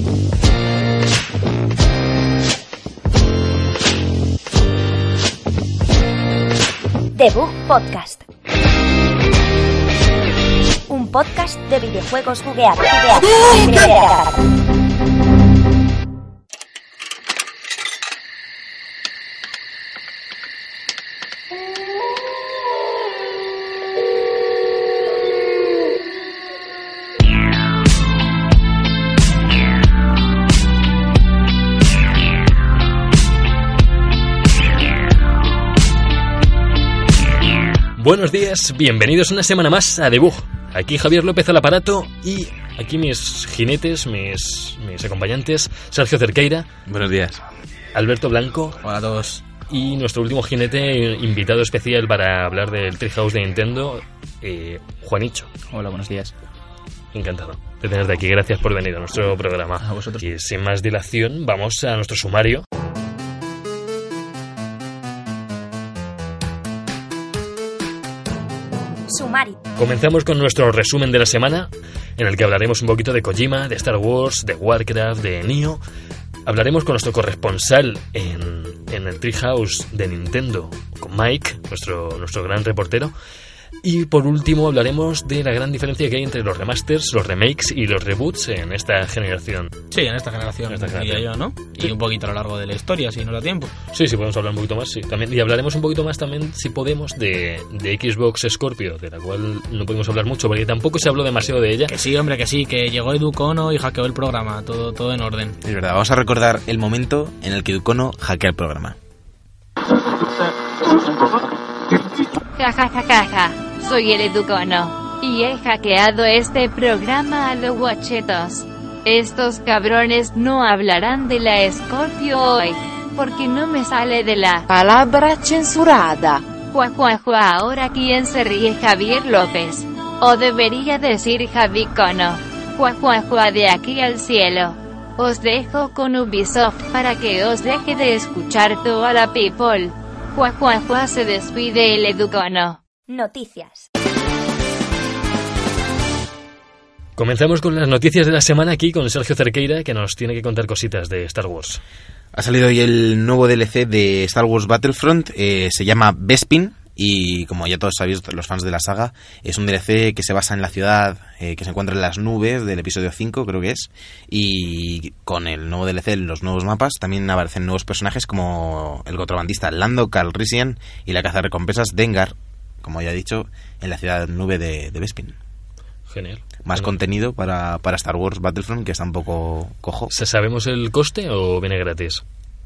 Debug Podcast. Un podcast de videojuegos bugueados. Buenos días, bienvenidos una semana más a Debug. Aquí Javier López al aparato y aquí mis jinetes, mis acompañantes, Sergio Cerqueira. Buenos días. Alberto Blanco. Hola a todos. Y nuestro último jinete, invitado especial para hablar del Treehouse de Nintendo, Juanicho. Hola, buenos días. Encantado de tenerte aquí, gracias por venir a nuestro programa. A vosotros. Y sin más dilación, vamos a nuestro sumario. Sumario. Comenzamos con nuestro resumen de la semana, en el que hablaremos un poquito de Kojima, de Star Wars, de Warcraft, de Nioh. Hablaremos con nuestro corresponsal en el Treehouse de Nintendo, con Mike, nuestro gran reportero. Y por último hablaremos de la gran diferencia que hay entre los remasters, los remakes y los reboots en esta generación. Sí, en esta generación, diría yo, ¿no? Y un poquito a lo largo de la historia, si nos da tiempo. Sí, podemos hablar un poquito más, sí. También, y hablaremos un poquito más también, si podemos, de Xbox Scorpio, de la cual no podemos hablar mucho, porque tampoco se habló demasiado de ella. Que sí, hombre, que sí, que llegó Edu Kono y hackeó el programa, todo en orden. Es verdad, vamos a recordar el momento en el que Edu Kono hackea el programa. Ja. Soy el Edu Kono, y he hackeado este programa a los guachetos. Estos cabrones no hablarán de la Scorpio hoy, porque no me sale de la palabra censurada. Ahora ¿quién se ríe? Javier López. O debería decir Javi Kono. De aquí al cielo. Os dejo con Ubisoft para que os deje de escuchar toda la people. Se despide el Edu Kono. Noticias. Comenzamos con las noticias de la semana aquí con Sergio Cerqueira, que nos tiene que contar cositas de Star Wars. Ha salido hoy el nuevo DLC de Star Wars Battlefront, se llama Bespin, y como ya todos sabéis, los fans de la saga, es un DLC que se basa en la ciudad que se encuentra en las nubes del episodio 5, creo que es, y con el nuevo DLC, los nuevos mapas, también aparecen nuevos personajes como el contrabandista Lando Calrissian y la cazarrecompensas Dengar, como ya he dicho, en la ciudad nube de Bespin. Genial. Más contenido para Star Wars Battlefront, que está un poco cojo. ¿Sabemos el coste o viene gratis?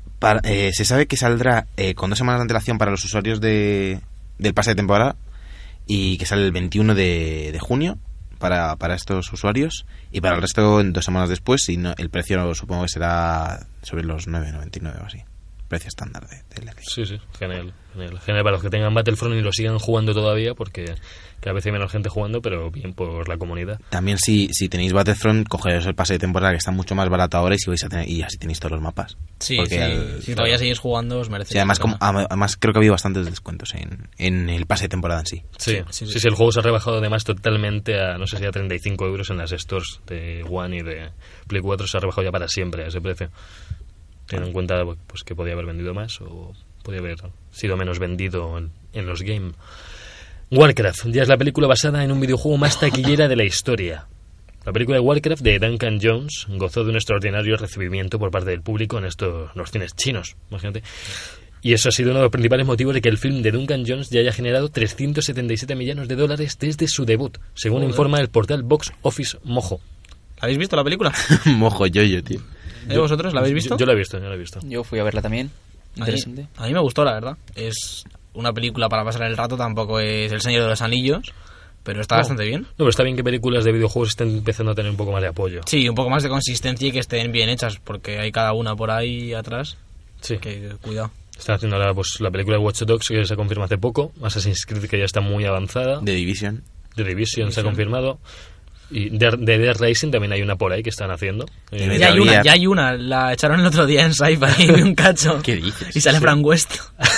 Se sabe que saldrá con 2 semanas de antelación para los usuarios del pase de temporada y que sale el 21 de junio para estos usuarios, y para el resto en 2 semanas después, y no, el precio supongo que será sobre los 9,99 o así. Precio estándar de DLC. Sí, genial para los que tengan Battlefront y lo sigan jugando todavía, porque cada vez hay menos gente jugando, pero bien por la comunidad. También si tenéis Battlefront, cogeros el pase de temporada, que está mucho más barato ahora, y si vais a tener, y así tenéis todos los mapas. Sí, si todavía seguís jugando os merece. Sí, además creo que ha habido bastantes descuentos en el pase de temporada en sí. Sí, el juego se ha rebajado además totalmente a, no sé si a 35 euros en las stores de One y de Play 4, se ha rebajado ya para siempre a ese precio. Teniendo en cuenta pues que podía haber vendido más o podía haber sido menos vendido en los games. Warcraft ya es la película basada en un videojuego más taquillera de la historia. La película de Warcraft de Duncan Jones gozó de un extraordinario recibimiento por parte del público en los cines chinos, imagínate. Y eso ha sido uno de los principales motivos de que el film de Duncan Jones ya haya generado $377 millones desde su debut, según informa el portal Box Office Mojo. ¿Habéis visto la película? Mojo yo, tío. ¿Vosotros la habéis visto? Yo la he visto. Yo fui a verla también. Interesante. A mí me gustó, la verdad. Es una película para pasar el rato, tampoco es El Señor de los Anillos, pero está bastante bien. No, pero está bien que películas de videojuegos estén empezando a tener un poco más de apoyo. Sí, un poco más de consistencia y que estén bien hechas, porque hay cada una por ahí atrás. Sí. Que cuidado. Están haciendo ahora la película de Watch Dogs, que se confirma hace poco. Assassin's Creed, que ya está muy avanzada. The Division se ha confirmado. Y de Dead Rising también hay una por ahí que están haciendo. Ya hay una, la echaron el otro día en Sci-Fi y vi un cacho. ¿Qué dices? Y sale Frank West.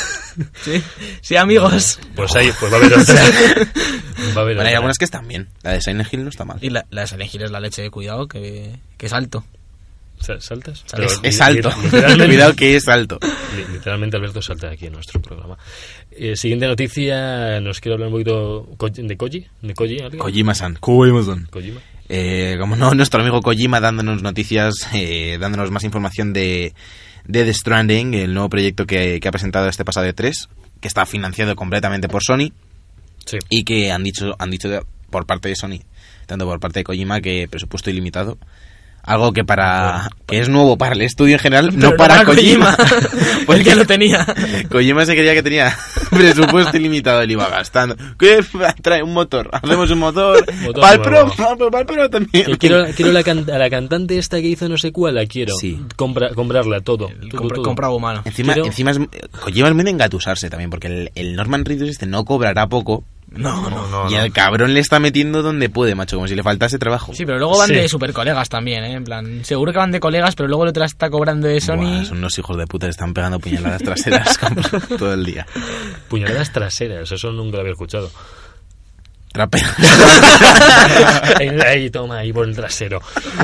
Sí, amigos. Pues va a haber otra. Hay algunas que están bien. La de Silent Hill no está mal. Y la de Silent Hill es la leche, cuidado, que es alto. ¿Saltas? Es alto. Literalmente, Cuidado que es alto. Literalmente Alberto salta aquí en nuestro programa. Siguiente noticia, nos quiero hablar un poquito de Koji. ¿De Koji? ¿Alguien? Kojima-san. Kojima. Como no, nuestro amigo Kojima dándonos noticias, dándonos más información de The Stranding, el nuevo proyecto que ha presentado este pasado E3, que está financiado completamente por Sony. Sí. Y que han dicho por parte de Sony, tanto por parte de Kojima, que presupuesto ilimitado. Algo que que es nuevo para el estudio en general, pero no para Kojima. Porque ya lo tenía. Kojima se creía que tenía presupuesto ilimitado, él iba gastando. ¿Qué? Trae un motor, hacemos un motor para el pro también. Quiero a la cantante esta que hizo no sé cuál, la quiero. Sí. Comprarla, todo. Comprado humano. Encima Kojima es medio engatusarse también, porque el Norman Reedus no cobrará poco. No. Y el cabrón le está metiendo donde puede, macho, como si le faltase trabajo. Sí, pero luego van de super colegas también, ¿eh? En plan, seguro que van de colegas, pero luego el otro está cobrando de Sony. Buah, son unos hijos de puta, le están pegando puñaladas traseras todo el día. Puñaladas traseras, eso nunca lo había escuchado. Trapera. Ahí, toma, ahí por el trasero.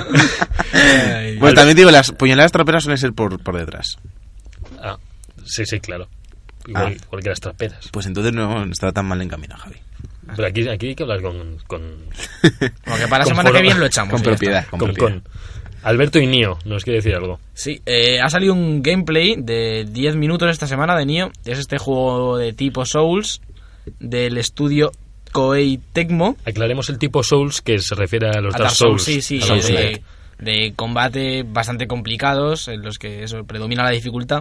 Bueno, también digo, las puñaladas traperas suelen ser por detrás. Ah, sí, claro. Igual que las traperas. Pues entonces no está tan mal encaminado, Javi. Pero aquí hay que hablar con Porque para la semana que viene lo echamos. Con propiedad. Con Alberto y Nio, ¿nos quiere decir algo? Sí, ha salido un gameplay de 10 minutos esta semana de Nio. Es este juego de tipo Souls del estudio Koei Tecmo. Aclaremos el tipo Souls, que se refiere a los Dark Souls. Sí, de combate bastante complicados, en los que eso predomina la dificultad.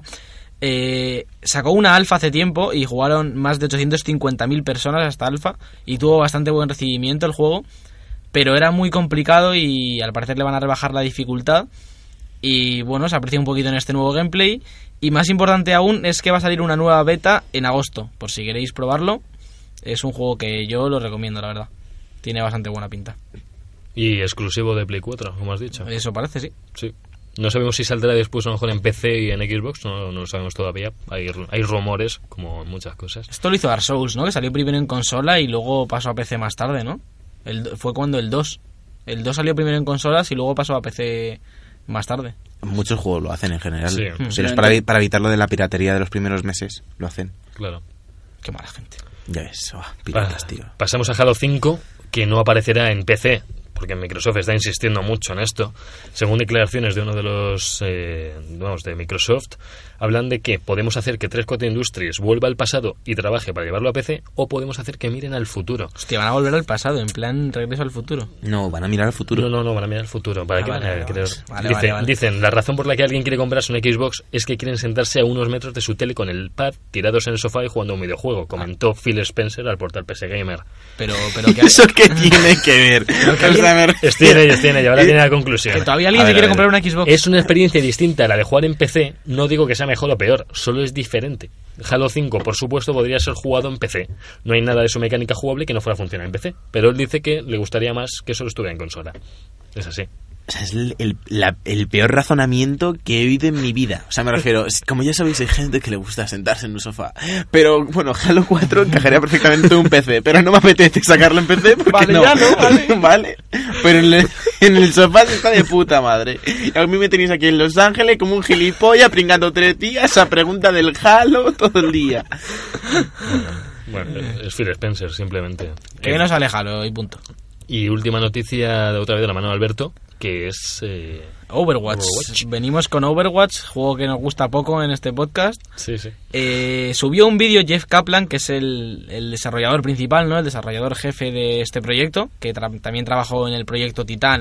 Sacó una alfa hace tiempo y jugaron más de 850.000 personas hasta alfa y tuvo bastante buen recibimiento el juego, pero era muy complicado y al parecer le van a rebajar la dificultad y bueno, se aprecia un poquito en este nuevo gameplay y más importante aún es que va a salir una nueva beta en agosto, por si queréis probarlo. Es un juego que yo lo recomiendo, la verdad, tiene bastante buena pinta. Y exclusivo de Play 4, como has dicho. Eso parece, sí. Sí. No sabemos si saldrá después a lo mejor en PC y en Xbox, no lo sabemos todavía. Hay rumores, como en muchas cosas. Esto lo hizo Dark Souls, ¿no? Que salió primero en consola y luego pasó a PC más tarde, ¿no? Fue cuando el 2. El 2 salió primero en consolas y luego pasó a PC más tarde. Muchos juegos lo hacen en general. Sí. Pero es para evitar lo de la piratería de los primeros meses, lo hacen. Claro. Qué mala gente. Ya ves, piratas, tío. Pasamos a Halo 5, que no aparecerá en PC, porque Microsoft está insistiendo mucho en esto. Según declaraciones de uno de los de Microsoft, hablan de que podemos hacer que 343 Industries vuelva al pasado y trabaje para llevarlo a PC, o podemos hacer que miren al futuro. Hostia, van a volver al pasado, en plan regreso al futuro. No, van a mirar al futuro. No, van a mirar al futuro. ¿Para qué van a querer? Vale. Dicen, la razón por la que alguien quiere comprarse un Xbox es que quieren sentarse a unos metros de su tele con el pad tirados en el sofá y jugando a un videojuego, comentó Phil Spencer al portal PS Gamer. Pero ¿qué ¿Eso qué tiene que ver? Estoy en ello, ahora tiene la conclusión. Que todavía alguien se quiere comprar una Xbox. Es una experiencia distinta a la de jugar en PC. No digo que sea mejor o peor, solo es diferente. Halo 5, por supuesto, podría ser jugado en PC. No hay nada de su mecánica jugable que no fuera a funcionar en PC. Pero él dice que le gustaría más que solo estuviera en consola. Es así. O sea, es el peor razonamiento que he oído en mi vida. O sea, me refiero, como ya sabéis, hay gente que le gusta sentarse en un sofá. Pero, bueno, Halo 4 encajaría perfectamente en un PC. Pero no me apetece sacarlo en PC porque vale, no. Ya no, vale. Vale. Pero en el sofá está de puta madre. Y a mí me tenéis aquí en Los Ángeles como un gilipollas pringando 3 días a pregunta del Halo todo el día. Bueno, es Phil Spencer, simplemente. Que nos aleja Halo y punto. Y última noticia, de otra vez de la mano de Alberto, que es Overwatch. Venimos con Overwatch, juego que nos gusta poco en este podcast. Sí. Subió un vídeo Jeff Kaplan, que es el desarrollador principal, ¿no? El desarrollador jefe de este proyecto, que también trabajó en el proyecto Titan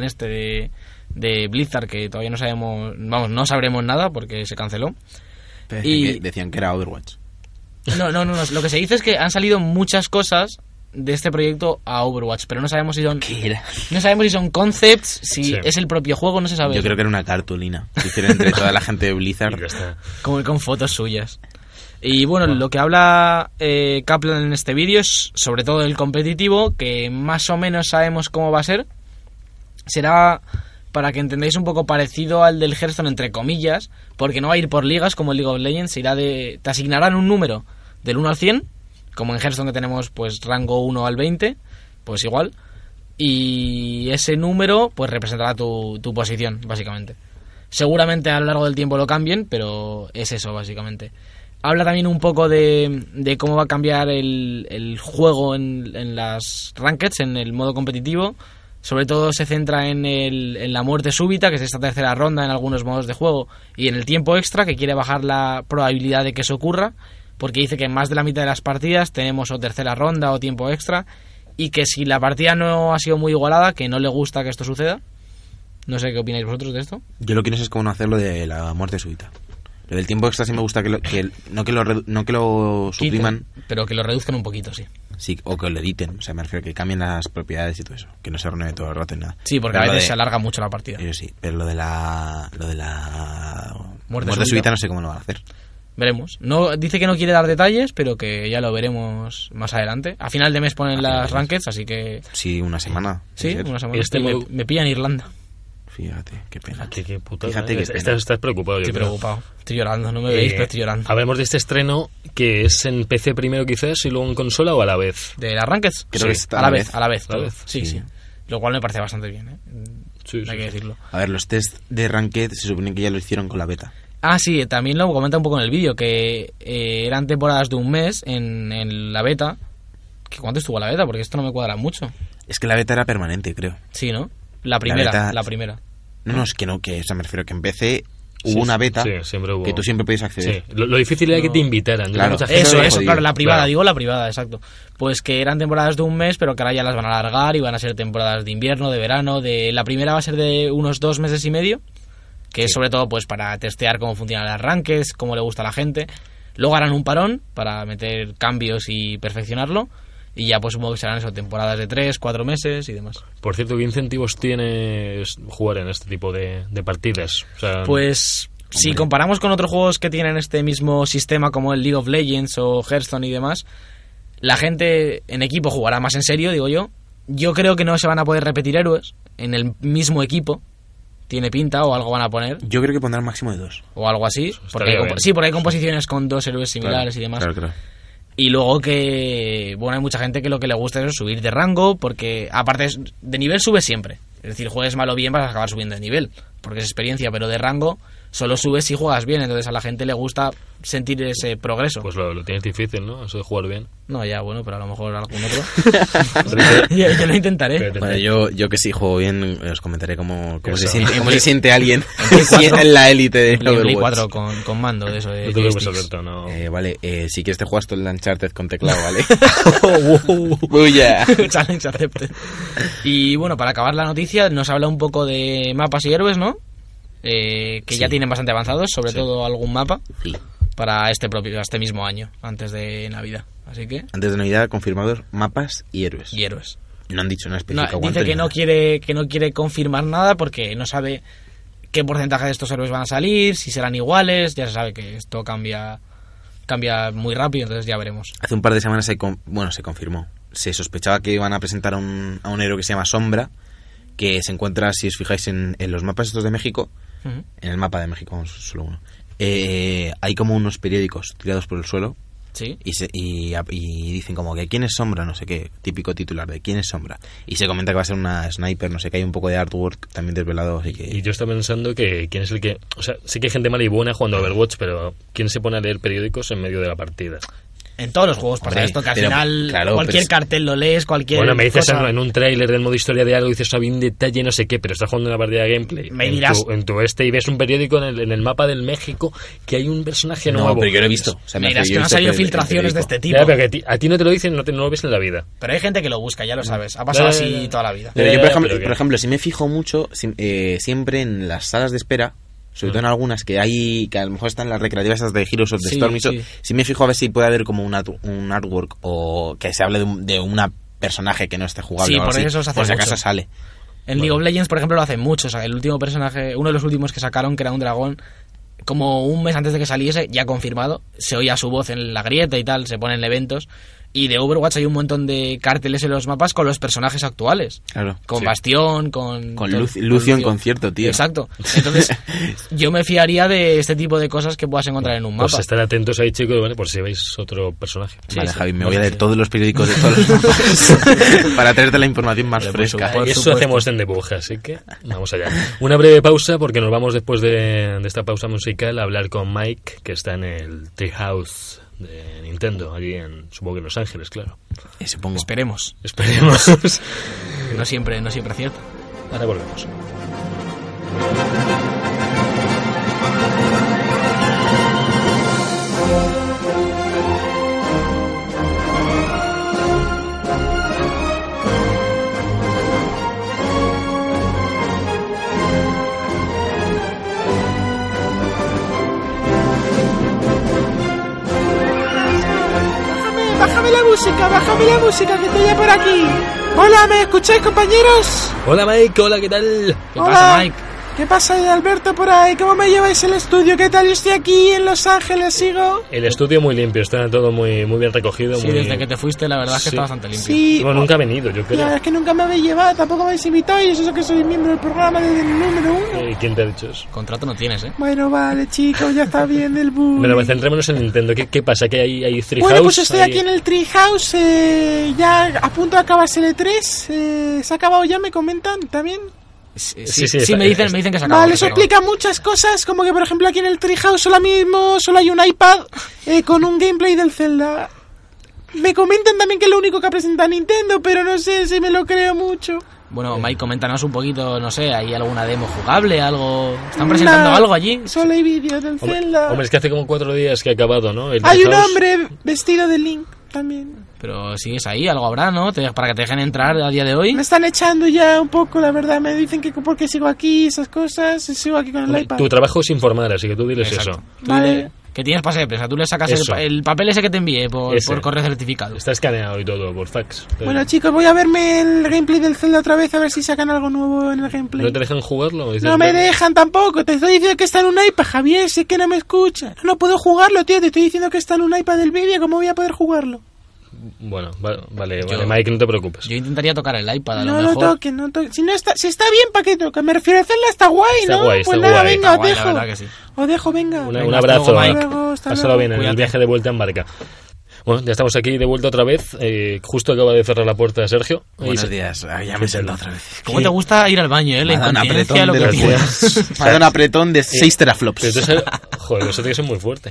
de Blizzard, que todavía no sabemos, no sabremos nada porque se canceló. Y decían que era Overwatch. No, lo que se dice es que han salido muchas cosas de este proyecto a Overwatch, pero no sabemos si son... ¿Qué era? No sabemos si son concepts, si es el propio juego, no se sabe. Yo creo que era una cartulina que hicieron entre toda la gente de Blizzard. Como con fotos suyas. Y bueno, lo que habla Kaplan en este vídeo es sobre todo el competitivo, que más o menos sabemos cómo va a ser. Será, para que entendáis, un poco parecido al del Hearthstone, entre comillas, porque no va a ir por ligas como el League of Legends, te asignarán un número del 1 al 100, como en Hearthstone que tenemos pues rango 1 al 20, pues igual, y ese número pues representará tu posición, básicamente. Seguramente a lo largo del tiempo lo cambien, pero es eso básicamente. Habla también un poco de cómo va a cambiar el juego en las rankeds, en el modo competitivo. Sobre todo se centra en la muerte súbita, que es esta tercera ronda en algunos modos de juego, y en el tiempo extra, que quiere bajar la probabilidad de que eso ocurra, porque dice que en más de la mitad de las partidas tenemos o tercera ronda o tiempo extra, y que si la partida no ha sido muy igualada, que no le gusta que esto suceda. No sé qué opináis vosotros de esto. Yo lo que no sé es cómo no hacerlo de la muerte súbita. Lo del tiempo extra sí me gusta no que lo supriman. Pero que lo reduzcan un poquito, sí. Sí, o que lo editen. O sea, me refiero a que cambien las propiedades y todo eso. Que no se renueve todo el rato ni nada. Sí, porque pero a veces se alarga mucho la partida. Sí, pero lo de la Muerte súbita no sé cómo lo van a hacer. Veremos. No, dice que no quiere dar detalles, pero que ya lo veremos más adelante. A final de mes ponen las rankeds, así que... Sí, una semana. Sí, una semana. Me pilla en Irlanda. Fíjate, qué pena. Qué putada. Fíjate que estás preocupado. Estoy preocupado. Estoy llorando, no me veis, pero estoy llorando. Hablemos de este estreno, que es en PC primero quizás y luego en consola o a la vez. ¿De las rankeds? Creo que está a la vez. A la vez. Sí. Sí. Lo cual me parece bastante bien, ¿eh? Sí, Hay que decirlo. A ver, los test de Ranked se supone que ya lo hicieron con la beta. Ah, sí, también lo comenta un poco en el vídeo, que eran temporadas de un mes en la beta. ¿Cuánto estuvo la beta? Porque esto no me cuadra mucho. Es que la beta era permanente, creo. Sí, ¿no? La primera. No, es que no, que o sea, me refiero que en PC hubo una beta siempre hubo. que tú siempre podías acceder. Sí. Lo difícil era que te invitaran. Claro. Eso, claro, la privada, digo la privada, exacto. Pues que eran temporadas de un mes, pero que ahora ya las van a alargar y van a ser temporadas de invierno, de verano. La primera va a ser de unos 2 meses y medio, que es sobre todo pues para testear cómo funcionan las rankings, cómo le gusta a la gente. Luego harán un parón para meter cambios y perfeccionarlo. Y ya pues supongo que serán eso, temporadas de 3, 4 meses y demás. Por cierto, ¿qué incentivos tienes jugar en este tipo de partidas? O sea, pues si comparamos con otros juegos que tienen este mismo sistema como el League of Legends o Hearthstone y demás, la gente en equipo jugará más en serio, digo yo. Yo creo que no se van a poder repetir héroes en el mismo equipo. Tiene pinta, o algo van a poner. Yo creo que pondrán máximo de 2. O algo así. Porque hay composiciones con 2 héroes similares y demás. Claro. Y luego que, bueno, hay mucha gente que lo que le gusta es subir de rango, porque aparte de nivel sube siempre. Es decir, juegues mal o bien vas a acabar subiendo de nivel, porque es experiencia, pero de rango solo subes si juegas bien, entonces a la gente le gusta sentir ese progreso. Pues lo tienes difícil, ¿no? Eso de jugar bien. No, ya, bueno, pero a lo mejor algún otro. yo lo intentaré. Bueno, yo que sí juego bien, os comentaré cómo se siente alguien en la élite de Play 4 con mando de eso de joysticks. Vale, si quieres te juegas todo el Uncharted con teclado, ¿vale? Challenge accepted. Y bueno, para acabar la noticia, nos habla un poco de mapas y héroes, ¿no? Ya tienen bastante avanzados, sobre todo algún mapa para este mismo año, antes de Navidad. Así que antes de Navidad confirmados mapas y héroes. No han dicho nada específico. Dice que no quiere confirmar nada porque no sabe qué porcentaje de estos héroes van a salir, si serán iguales. Ya se sabe que esto cambia muy rápido, entonces ya veremos. Hace un par de semanas se confirmó. Se sospechaba que iban a presentar a un héroe que se llama Sombra, que se encuentra, si os fijáis en los mapas estos de México, en el mapa de México, solo uno, hay como unos periódicos tirados por el suelo. Sí. Y dicen como que ¿quién es Sombra? No sé qué, típico titular de ¿quién es Sombra? Y se comenta que va a ser una sniper, no sé qué, hay un poco de artwork también desvelado, así que... Y yo estaba pensando que quién es el que... O sea, sí que hay gente mala y buena jugando a Overwatch, pero ¿quién se pone a leer periódicos en medio de la partida? En todos los juegos pasa esto, que al final cualquier cartel lo lees, cualquier Bueno, me dices cosa. En un tráiler del modo historia de algo, dices había un detalle, no sé qué, pero estás jugando una partida de gameplay. Me dirás... en tu y ves un periódico en el mapa del México que hay un personaje nuevo. No, pero yo lo he visto. O sea, me dirás que no han salido filtraciones de este tipo. Ya, pero que a ti no te lo dicen, no lo ves en la vida. Pero hay gente que lo busca, ya lo sabes. Ha pasado así toda la vida. Pero yo, por ejemplo, si me fijo mucho, siempre en las salas de espera, sobre todo en algunas que hay, que a lo mejor están las recreativas esas de Heroes of the Storm, si me fijo a ver si puede haber como un artwork o que se hable de una personaje que no esté jugable. Sí, por eso se hace por si mucho. acaso sale. En League of Legends, por ejemplo, lo hacen mucho. O sea, el último personaje, uno de los últimos que sacaron, que era un dragón, como un mes antes de que saliese, ya confirmado, se oía su voz en la grieta y tal, se ponen eventos. Y de Overwatch hay un montón de carteles en los mapas con los personajes actuales. Claro. Con Sí. Bastión, con Lucio en concierto, tío. Exacto. Entonces, yo me fiaría de este tipo de cosas que puedas encontrar en un mapa. Pues estar atentos ahí, chicos, ¿vale? Por si veis otro personaje. Vale, sí. Javi, me voy a leer todos los periódicos de todos los mapas para traerte la información más fresca. Por Y eso supuesto. hacemos en debug, así que vamos allá. Una breve pausa porque nos vamos después de esta pausa musical a hablar con Mike, que está en el Treehouse de Nintendo, allí supongo que en Los Ángeles, claro. Supongo. Esperemos. Esperemos. No siempre acierta. Ahora volvemos. Bájame la música, que estoy ya por aquí. Hola, ¿me escucháis, compañeros? Hola Mike, hola, ¿qué tal? ¿Qué pasa, Mike? ¿Qué pasa, Alberto, por ahí? ¿Cómo me lleváis el estudio? ¿Qué tal? Yo estoy aquí en Los Ángeles, ¿sigo? El estudio muy limpio, está todo muy bien recogido. Sí, muy... desde que te fuiste, la verdad es que Sí. está bastante limpio. Sí. Bueno, nunca ha venido, yo La creo. verdad es que nunca me habéis llevado, tampoco me habéis invitado y eso es que soy miembro del programa desde el número 1. ¿Y quién te ha dicho eso? Contrato no tienes, ¿eh? Bueno, vale, chicos, ya está bien el bullying. Bueno, centrémonos en Nintendo. ¿Qué pasa? ¿Que hay Treehouse? Bueno, pues estoy Hay- aquí en el Treehouse, ya a punto de acabarse el E3. ¿Se ha acabado ya, me comentan también? Sí, está- me dicen que se acabó. Vale, que eso se acabó. explica muchas cosas, como que por ejemplo aquí en el Treehouse ahora mismo solo hay un iPad con un gameplay del Zelda. Me comentan también que es lo único que ha presentado Nintendo, pero no sé si me lo creo mucho. Bueno, Mike, coméntanos un poquito, no sé, ¿hay alguna demo jugable? ¿Algo? ¿Están presentando Nah, algo allí? Solo hay vídeos del Hombre, Zelda. hombre, es que hace como 4 días que ha acabado, ¿no? El Hay un Treehouse. hombre vestido de Link también. Pero sigues ahí, algo habrá, ¿no? Para que te dejen entrar a día de hoy. Me están echando ya un poco, la verdad. Me dicen que porque sigo aquí, esas cosas, sigo aquí con el Hombre, iPad. tu trabajo es informar, así que tú diles Exacto. eso. Tú Vale. dile que tienes pase de prensa, tú le sacas Eso. el papel ese que te envié por Ese. correo certificado. Está escaneado y todo por fax. Pero Bueno, chicos, voy a verme el gameplay del Zelda otra vez a ver si sacan algo nuevo en el gameplay. ¿no te dejan jugarlo? Dices, No me dejan tampoco, te estoy diciendo que está en un iPad, Javier, si es que no me escucha. No puedo jugarlo, tío, te estoy diciendo que está en un iPad del vídeo, ¿cómo voy a poder jugarlo? Bueno, vale, Yo- Mike, no te preocupes. Yo intentaría tocar el iPad, a lo No lo mejor. toques, no toques. Si está bien, ¿para qué toca? Me refiero a Zelda, está guay, Está ¿no? guay, Pues está nada, guay. venga, Está os guay, la dejo. verdad que sí. Os dejo, venga. Un Venga, abrazo. hasta luego, Mike. Hasta Pásalo luego. bien en el Cuídate. viaje de vuelta en barca. Bueno, ya estamos aquí de vuelta otra vez. Justo acaba de cerrar la puerta Sergio. Buenos días. Ya me he sentado otra vez. ¿Cómo te gusta ir al baño, eh? La Me ha dado un incontinencia, apretón lo de que los tienes. días. Me ha dado un apretón de 6 teraflops. Pero entonces, joder, eso tiene que ser muy fuerte.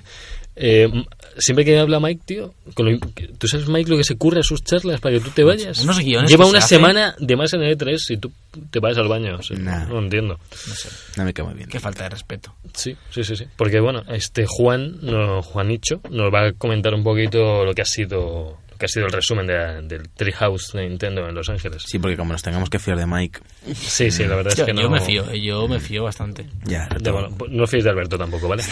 Siempre que habla Mike, tío, ¿tú sabes, Mike, lo que se curra a sus charlas para que tú te vayas? Unos guiones Lleva que una se hacen. semana de más en el E3 y tú te vas al baño. O sea, Nah. no entiendo. No me quedo muy bien. Qué falta de respeto. Sí. Porque bueno, Juanicho nos va a comentar un poquito lo que ha sido el resumen del Treehouse de Nintendo en Los Ángeles. Sí, porque como nos tengamos que fiar de Mike, Sí, la verdad es que no. Yo me fío bastante. ya. Bueno, no os fiéis de Alberto tampoco, ¿vale?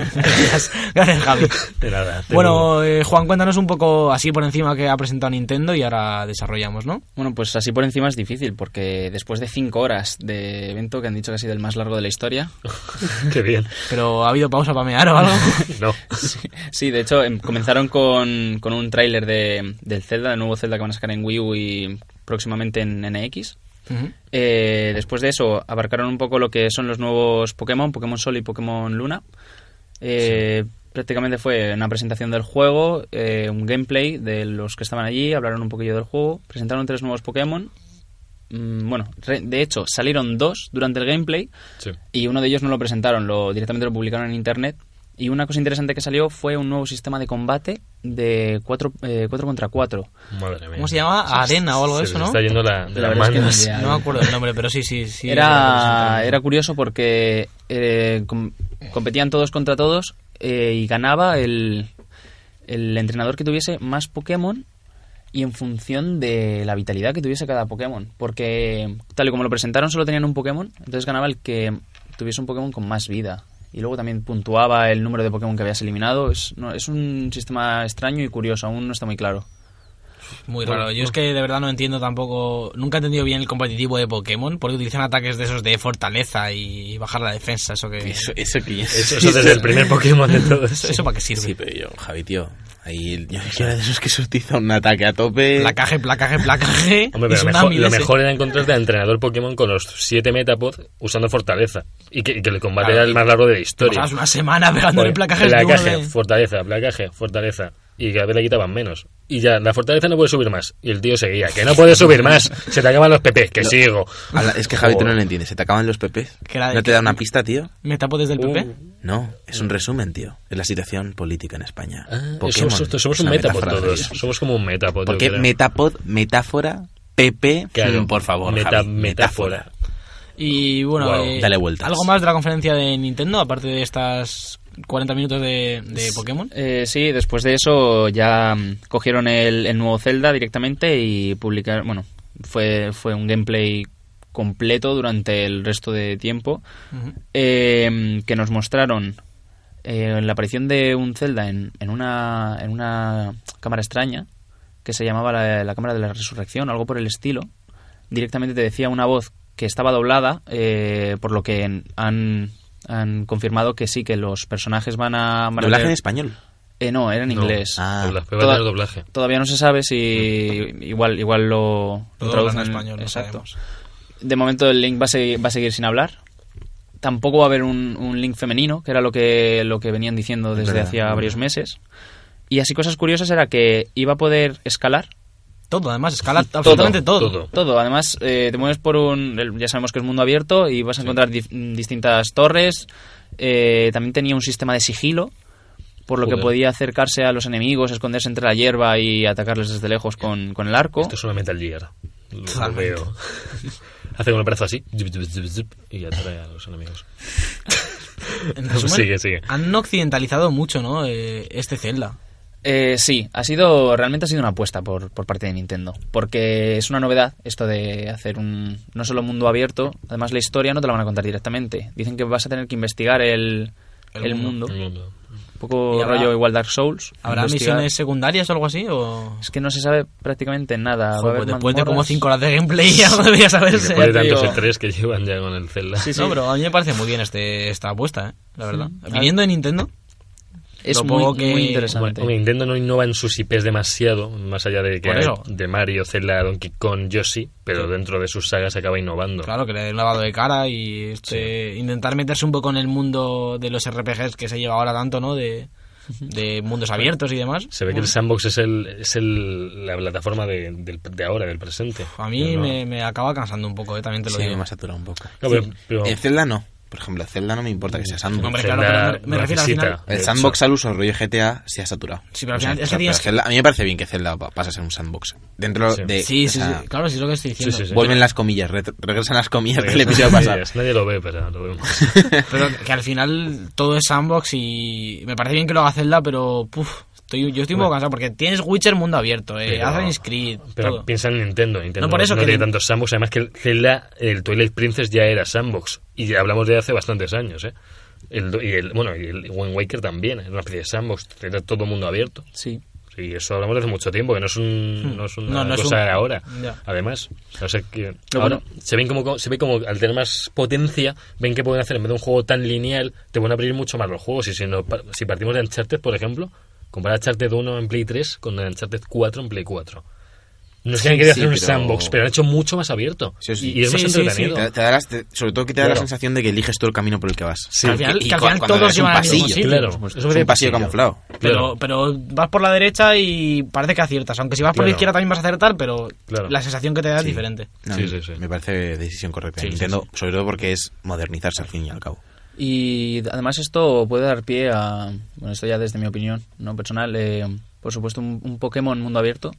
Gracias, Javi. De nada. Bueno, Juan, cuéntanos un poco así por encima que ha presentado Nintendo y ahora desarrollamos, ¿no? Bueno, pues así por encima es difícil, porque después de 5 horas de evento, que han dicho que ha sido el más largo de la historia, Qué bien. Pero ¿ha habido pausa para mear o algo? No. sí, de hecho, comenzaron con un tráiler del Zelda, del nuevo Zelda que van a sacar en Wii U y próximamente en NX. Ujú. Después de eso, abarcaron un poco lo que son los nuevos Pokémon Sol y Pokémon Luna. Prácticamente fue una presentación del juego, un gameplay de los que estaban allí, hablaron un poquillo del juego, presentaron 3 nuevos Pokémon. De hecho, salieron 2 durante el gameplay Sí. y uno de ellos no lo presentaron, directamente lo publicaron en internet. Y una cosa interesante que salió fue un nuevo sistema de combate de 4 contra 4. Madre mía. ¿Cómo se llama? Arena o algo de Se eso, les ¿no? está yendo de La las verdad es que manos. no, No me acuerdo el nombre, pero sí. Era curioso porque competían todos contra todos y ganaba el entrenador que tuviese más Pokémon y en función de la vitalidad que tuviese cada Pokémon. Porque tal y como lo presentaron solo tenían un Pokémon, entonces ganaba el que tuviese un Pokémon con más vida. Y luego también puntuaba el número de Pokémon que habías eliminado. Es un sistema extraño y curioso, aún no está muy claro. Muy raro. Yo es que de verdad no entiendo tampoco... Nunca he entendido bien el competitivo de Pokémon porque utilizan ataques de esos de fortaleza y bajar la defensa. Eso que... Eso que Eso desde el primer Pokémon de todos. ¿Eso para qué sirve? Sí, pero yo, Javi, tío, Ahí yo era de esos que se utiliza un ataque a tope. Placaje. Hombre, y pero tsunami lo ese. mejor era encontrarte al entrenador Pokémon con los 7 Metapod usando Fortaleza. Y que el combate era el más largo de la historia. Pasabas una semana pegándole placajes Placaje, de fortaleza. Y cada vez le quitaban menos. Y ya, la fortaleza no puede subir más. Y el tío seguía, que no puede subir más. Se te acaban los PP, que sigo. Es que Javi, tú no lo entiendes. ¿Se te acaban los PPs? ¿No te da una pista, tío? ¿Metapo desde el PP? No, es un resumen, tío. Es la situación política en España. Pokémon. Somos un Metapod todos. Somos como un Metapod. ¿Por qué Metapod, metáfora, PP? Claro, por favor, Javi, metáfora. Y bueno, Wow. Dale vueltas. ¿algo más de la conferencia de Nintendo, aparte de estas 40 minutos de Pokémon? Sí, después de eso ya cogieron el nuevo Zelda directamente y publicaron... Bueno, fue un gameplay completo durante el resto de tiempo, que nos mostraron la aparición de un Zelda en una cámara extraña que se llamaba la cámara de la resurrección, algo por el estilo. Directamente te decía una voz que estaba doblada, por lo que han confirmado que sí, que los personajes van a ¿Doblaje en español? No, era en inglés. Doblaje. Todavía no se sabe si igual lo traducen en español. Exacto. De momento el Link va a seguir sin hablar. Tampoco va a haber un Link femenino, que era lo que venían diciendo desde hacía varios meses. Y así cosas curiosas era que iba a poder escalar. Todo, además, escala absolutamente todo. Todo. Además, te mueves por ya sabemos que es mundo abierto y vas a encontrar distintas torres. También tenía un sistema de sigilo, por lo que podía acercarse a los enemigos, esconderse entre la hierba y atacarles desde lejos con el arco. Esto es una Metal Gear. Lo veo. Hace con el brazo así y atrae a los enemigos. En resumen, sigue. Han occidentalizado mucho, ¿no? Este Zelda. Sí, realmente ha sido una apuesta por parte de Nintendo, porque es una novedad esto de hacer no solo mundo abierto, además la historia no te la van a contar directamente. Dicen que vas a tener que investigar el mundo. Un poco rollo igual Dark Souls. ¿Habrá misiones secundarias o algo así? ¿O? Es que no se sabe prácticamente nada. Pues después de como 5 horas de gameplay ya debería saberse. Después de tantos E3 que llevan ya con el Zelda. Sí. No, pero a mí me parece muy bien esta apuesta, la verdad. Viniendo de Nintendo... Es muy interesante. Bueno, Nintendo no innova en sus IPs demasiado, más allá de que de Mario, Zelda, Donkey Kong, Yoshi, pero dentro de sus sagas se acaba innovando. Claro, que le he lavado de cara y intentar meterse un poco en el mundo de los RPGs que se lleva ahora tanto, ¿no? De mundos abiertos y demás. Se ve que el sandbox es la plataforma de ahora, del presente. A mí me acaba cansando un poco, también te lo digo. Me ha saturado un poco. No, pero en Zelda no. Por ejemplo, Zelda no me importa que sea sandbox. Hombre, claro, pero me refiero al final. El sandbox al uso rollo GTA se ha saturado. Sí, pero al final es que tienes... Zelda, a mí me parece bien que Zelda pase a ser un sandbox. Dentro de... Sí, claro, sí es lo que estoy diciendo. Sí. Vuelven las comillas, regresan las comillas del episodio pasado. Nadie lo ve, pero lo vemos. Pero que al final todo es sandbox y me parece bien que lo haga Zelda, pero... yo estoy un poco cansado porque tienes Witcher mundo abierto, Assassin's Creed, pero todo. Piensa en Nintendo No, por eso no que tiene tantos sandbox. Además que el Zelda, el Twilight Princess ya era sandbox y ya hablamos de hace bastantes años, y el Wind Waker también era una especie de sandbox, era todo mundo abierto. Sí, eso hablamos de hace mucho tiempo, que no es una cosa de ahora. Ya. Además, o sea que ahora se ve como al tener más potencia, ven que pueden hacer en vez de un juego tan lineal, te van a abrir mucho más los juegos. Y si partimos de Uncharted, por ejemplo, comparar Uncharted 1 en Play 3 con Uncharted 4 en Play 4. No es que han querido hacer un sandbox, pero han hecho mucho más abierto. Y es más entretenido. Sobre todo que te da la sensación de que eliges todo el camino por el que vas. Sí. Que al final todos llevan al mismo sitio. Claro, es un pasillo camuflado. Pero vas por la derecha y parece que aciertas. Aunque si vas por la izquierda también vas a acertar, pero la sensación que te da es diferente. Me parece decisión correcta. Nintendo, sobre todo porque es modernizarse al fin y al cabo. Y además esto puede dar pie a... Bueno, esto ya desde mi opinión no personal, por supuesto un Pokémon mundo abierto.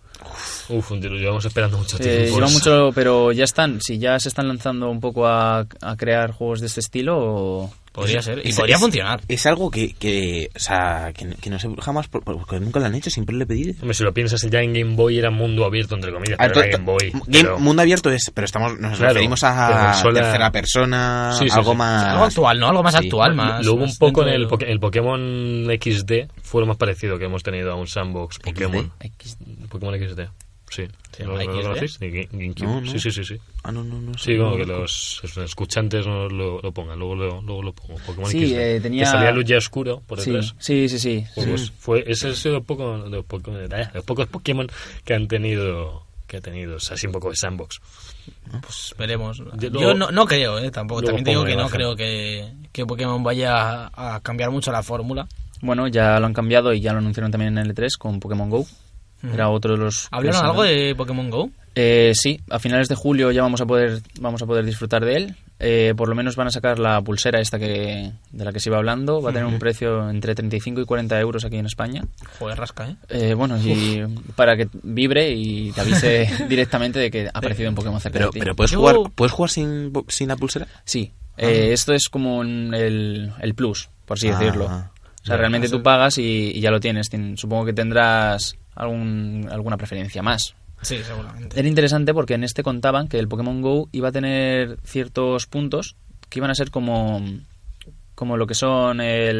Lo llevamos esperando mucho tiempo. Lleva mucho, pero ya si ya se están lanzando un poco a crear juegos de este estilo. Podría ser, y podría funcionar. Es algo que no sé jamás, porque nunca lo han hecho, siempre le he pedido. Hombre, si lo piensas, ya en Game Boy era mundo abierto, entre comillas, pero era Game Boy. Mundo abierto pero nos referimos a tercera persona, algo más... Algo actual, ¿no? Algo más actual, más... Lo hubo un poco en el Pokémon XD, fue lo más parecido que hemos tenido a un sandbox Pokémon. Pokémon XD. Sí. Se ¿No llama lo XD? conocéis? De GameCube. No, no. Sí. Ah, no. Sí, como que los escuchantes no lo pongan, luego lo pongo. Pokémon Sí, XD. tenía... Que salía luz ya oscuro por Sí, detrás. sí. Pues ese ha sido de los pocos Pokémon que ha tenido así un poco de sandbox. Pues veremos. Yo Yo no creo, tampoco. luego También te digo pongo que no imagen. creo que Pokémon vaya a cambiar mucho la fórmula. Bueno, ya lo han cambiado y ya lo anunciaron también en L3 con Pokémon GO. Era otro de los... ¿Hablaron algo de Pokémon GO? Sí, a finales de julio ya vamos a poder disfrutar de él. Por lo menos van a sacar la pulsera esta de la que se iba hablando. Va a tener un precio entre 35 y 40 euros aquí en España. Joder, rasca, ¿eh? Bueno, y para que vibre y te avise directamente de que ha aparecido un Pokémon cerca de ti. Pero ¿puedes jugar sin la pulsera? Sí, esto es como el plus, por así decirlo. O sea, realmente tú pagas y ya lo tienes. Supongo que tendrás alguna preferencia más. Sí, seguramente. Era interesante porque en este contaban que el Pokémon GO iba a tener ciertos puntos que iban a ser como lo que son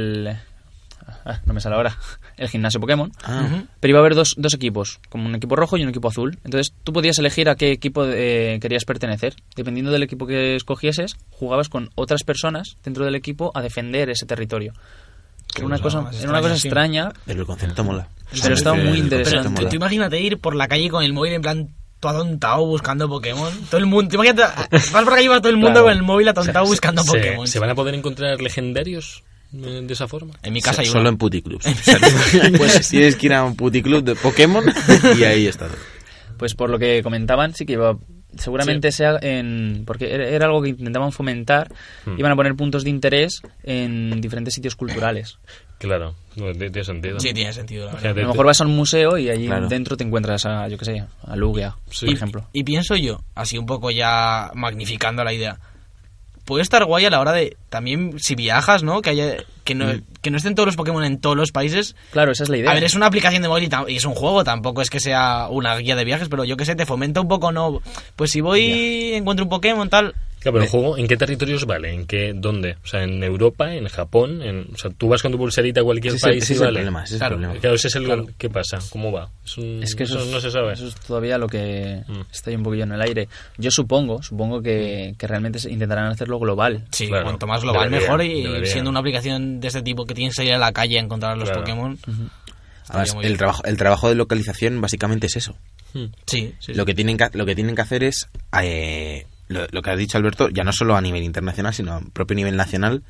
no me sale ahora, el gimnasio Pokémon. Pero iba a haber dos equipos, como un equipo rojo y un equipo azul. Entonces tú podías elegir a qué equipo querías pertenecer. Dependiendo del equipo que escogieses, jugabas con otras personas dentro del equipo a defender ese territorio. Era una cosa extraña, Pero el concepto mola. pero estaba muy interesante. Pero tú imagínate ir por la calle con el móvil en plan todo atontado buscando Pokémon. Todo el mundo, imagínate, vas por la calle y va todo el mundo con el móvil atontado buscando Pokémon. ¿Se van a poder encontrar legendarios de esa forma? En mi casa hay Solo uno. en puticlubs. Pues tienes que ir a un puticlub de Pokémon y ahí está. Pues por lo que comentaban, sí que iba... Seguramente sea porque era algo que intentaban fomentar. Iban a poner puntos de interés en diferentes sitios culturales. Claro, tiene sentido. Sí, tiene sentido, la verdad. Fíjate, A lo mejor vas a un museo y allí Claro. dentro te encuentras a, yo qué sé, a Lugia, por ejemplo. Y pienso yo, así un poco ya magnificando la idea, puede estar guay a la hora de también si viajas, ¿no? Que no estén todos los Pokémon en todos los países. Claro, esa es la idea. A ver, es una aplicación de móvil y es un juego, tampoco es que sea una guía de viajes, pero yo que sé, te fomenta un poco, ¿no? Pues si voy encuentro un Pokémon, tal... Claro, pero el juego, ¿en qué territorios vale? ¿Dónde? O sea, ¿en Europa? ¿En Japón? O sea, tú vas con tu pulserita a cualquier país Ese y es el vale. problema, ese es el Claro. problema. Claro, ese es el... ¿Qué pasa? ¿Cómo va? Es que eso no se sabe. Eso es todavía lo que está ahí un poquillo en el aire. Yo supongo que realmente intentarán hacerlo global. Sí, Claro, cuanto más global debería, mejor y debería. siendo una aplicación de este tipo que tienes que ir a la calle a encontrar los Claro. Pokémon. Además, muy el bien. trabajo de localización básicamente es eso. Sí. Lo que tienen que hacer es lo que has dicho, Alberto, ya no solo a nivel internacional, sino a propio nivel nacional.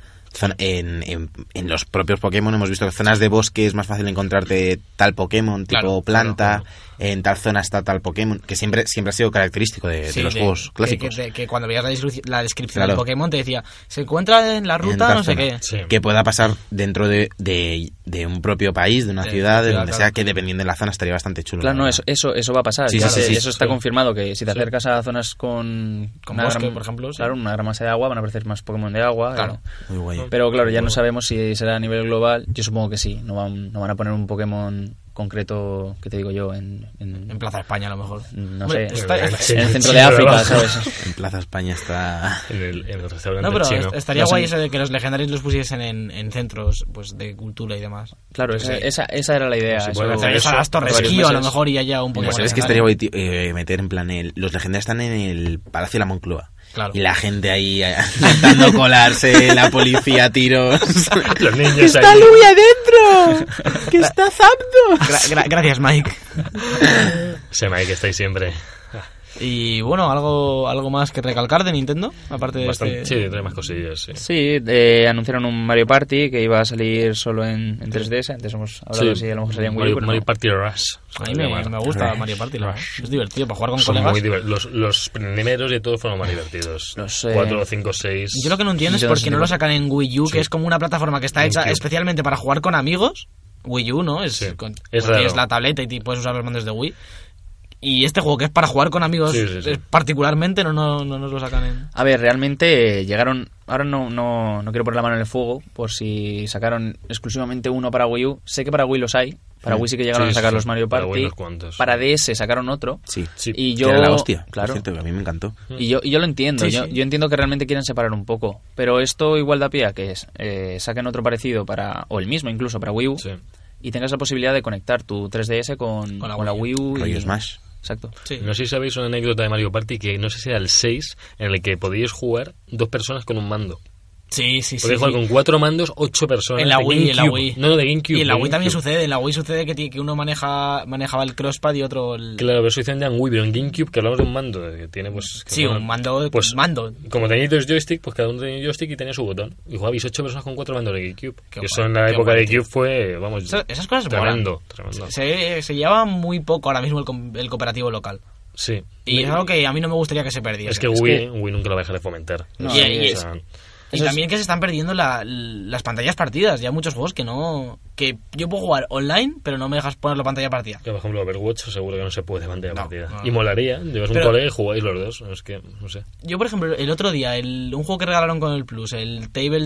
En los propios Pokémon hemos visto que zonas de bosque es más fácil encontrarte tal Pokémon, tipo Claro, planta, claro. en tal zona está tal Pokémon, que siempre ha sido característico de los juegos clásicos. Que cuando veías la descripción Claro. del Pokémon te decía, se encuentra en la En ruta, tal no sé zona. qué. Sí. Que pueda pasar dentro de un propio país, de una ciudad, de donde claro. sea, que dependiendo de la zona estaría bastante chulo. Claro, no, la verdad. eso va a pasar. Sí, Ya sí, eso está sí. confirmado, que si te acercas a zonas con una bosque, por ejemplo, sí. Claro, una gran masa de agua, van a aparecer más Pokémon de agua. Claro. Muy guay. Pero claro, ya no sabemos si será a nivel global. Yo supongo que sí. No van a poner un Pokémon concreto, que te digo yo, en Plaza España a lo mejor. no Hombre, sé, está- en el sí, centro sí, de África, abajo. ¿sabes? En Plaza España está... En el restaurante No, pero chino. estaría guay eso de que los legendarios los pusiesen en centros pues de cultura y demás. Claro, esa era la idea. Sí, eso- pueden hacer eso. Esas torres varios Kio a lo meses. mejor y haya un Pokémon Pues sabes que estaría legendario. guay meter en plan los legendarios están en el Palacio de la Moncloa. Claro. Y la gente ahí intentando colarse, la policía a tiros. Los niños ¡Está ahí. Lugia adentro! ¡Que está Zapdos! Gracias, Mike. Se me hay que estáis siempre. Y bueno, algo más que recalcar de Nintendo, aparte de Bastante, sí, trae más cosillas, sí. Sí, anunciaron un Mario Party que iba a salir solo en 3DS. Antes hemos hablado si a lo mejor salía en Wii U, pero Mario no. Party Rush. A mí me gusta Mario Party, la verdad. Es divertido para jugar con Son colegas. muy los primeros y todos fueron más divertidos. Los, 4, 5, 6. Yo lo que no entiendo es por qué no lo sacan en Wii U, que es como una plataforma que está hecha GameCube. especialmente para jugar con amigos. Wii U, ¿no? Sí. Pues Es raro. tienes la tableta y puedes usar los mandos de Wii. Y este juego que es para jugar con amigos, Sí, sí. particularmente no nos lo sacan en... A ver, realmente llegaron... Ahora no quiero poner la mano en el fuego por si sacaron exclusivamente uno para Wii U. Sé que para Wii los hay. Para Wii sí que llegaron Sí, a sacar sí, los Mario para Party. Wii unos cuantos. Para DS sacaron otro. Sí, Sí. Y que yo... era la hostia. Claro. Por cierto, que a mí me encantó. Y yo lo entiendo. Sí, yo sí. entiendo que realmente quieren separar un poco. Pero esto igual da pie a que saquen otro parecido para... O el mismo incluso para Wii U. Sí. Y tengas la posibilidad de conectar tu 3DS con la Wii U. Rollo y... Smash. Exacto. Sí. No sé si sabéis una anécdota de Mario Party que no sé si era el 6, en el que podíais jugar 2 personas con un mando. Sí. Podíais jugar con 4 mandos, 8 personas. En la de Wii, en la GameCube. Wii. No, de GameCube. Y en la de Wii también GameCube. sucede. En la Wii sucede que uno manejaba el crosspad y otro el... Claro, pero eso dicen ya en Wii, pero en GameCube, que hablamos de un mando, que tiene pues... que Sí, bueno, un mando. pues, mando. Como tenéis 2 joysticks, pues cada uno tenía un joystick y tenía su botón. Y jugabais 8 personas con 4 mandos de GameCube. Qué Y eso guay, en la qué época guay, de tío. GameCube fue, vamos, Esas cosas tremendo. Se lleva muy poco ahora mismo el cooperativo local. Sí. Y es algo que a mí no me gustaría que se perdiese. Es que Wii nunca lo va a dejar de fomentar. No, O sea, y o sea, Y también que se están perdiendo las pantallas partidas. Ya hay muchos juegos que no... Que yo puedo jugar online, pero no me dejas poner la pantalla partida. que, por ejemplo, Overwatch seguro que no se puede pantalla partida. no. Y molaría, llevas un Pero- colega y jugáis los dos. Es que, no sé. Yo, por ejemplo, el otro día, un juego que regalaron con el Plus, el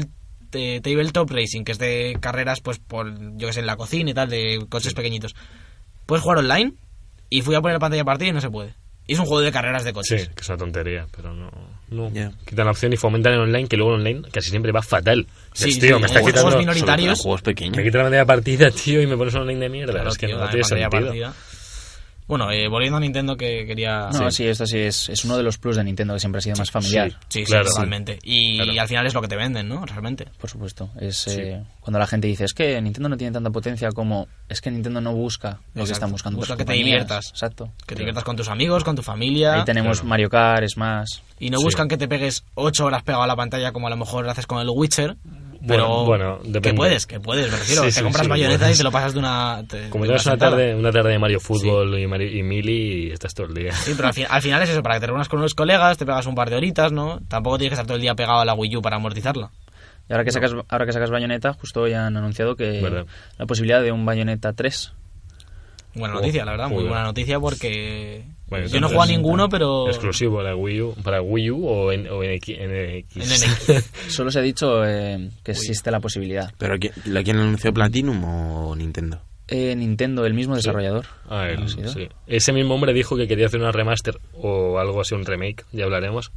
Tabletop Racing, que es de carreras, pues, yo que sé, en la cocina y tal, de coches pequeñitos. Puedes jugar online y fui a poner la pantalla partida y no se puede. Y es un juego de carreras de Sí, coches. que es una tontería, pero no. Ya. Quitan la opción y fomentan el online, que luego el online casi siempre va fatal. Sí, Dices, tío, sí, me está juegos quitando. minoritarios. Juegos pequeños. Me quita la pantalla partida, tío, y me pones un online de mierda. Claro, es que tío, no dame tiene pantalla sentido. partida. Bueno, volviendo a Nintendo, que quería... No, sí, esto sí es uno de los plus de Nintendo, que siempre ha sido más familiar. Sí, Claro. totalmente. Y Claro. al final es lo que te venden, ¿no? Realmente. Por supuesto. Es cuando la gente dice, es que Nintendo no tiene tanta potencia como... Es que Nintendo no busca lo que Exacto. están buscando. Busca otras que te compañías. diviertas. Exacto. Que te diviertas con tus amigos, con tu familia. Ahí tenemos Claro. Mario Kart, Smash... Y no Sí. buscan que te pegues 8 horas pegado a la pantalla como a lo mejor haces con el Witcher. Pero bueno, depende. que puedes, me refiero. Sí, te sí, compras sí, Bayonetta puedes. y te lo pasas de una... Como de tengas una sentada. tarde de Mario Fútbol y Mili y estás todo el día. Sí, pero al final es eso, para que te reúnas con unos colegas, te pegas un par de horitas, ¿no? Tampoco tienes que estar todo el día pegado a la Wii U para amortizarla. Y ahora que sacas Bayonetta, justo hoy han anunciado que Verdad. la posibilidad de un Bayonetta 3. Buena noticia, la verdad, muy joder. buena noticia porque... Bueno, yo no he entonces, jugado a ninguno, pero... Exclusivo para Wii U o en NX. En NX. Solo se ha dicho que existe la posibilidad. ¿Pero quién anunció Platinum o Nintendo? Nintendo, el mismo desarrollador. Ah, él, ¿Ha sido? sí. Ese mismo hombre dijo que quería hacer una remaster o algo así, un remake, ya hablaremos,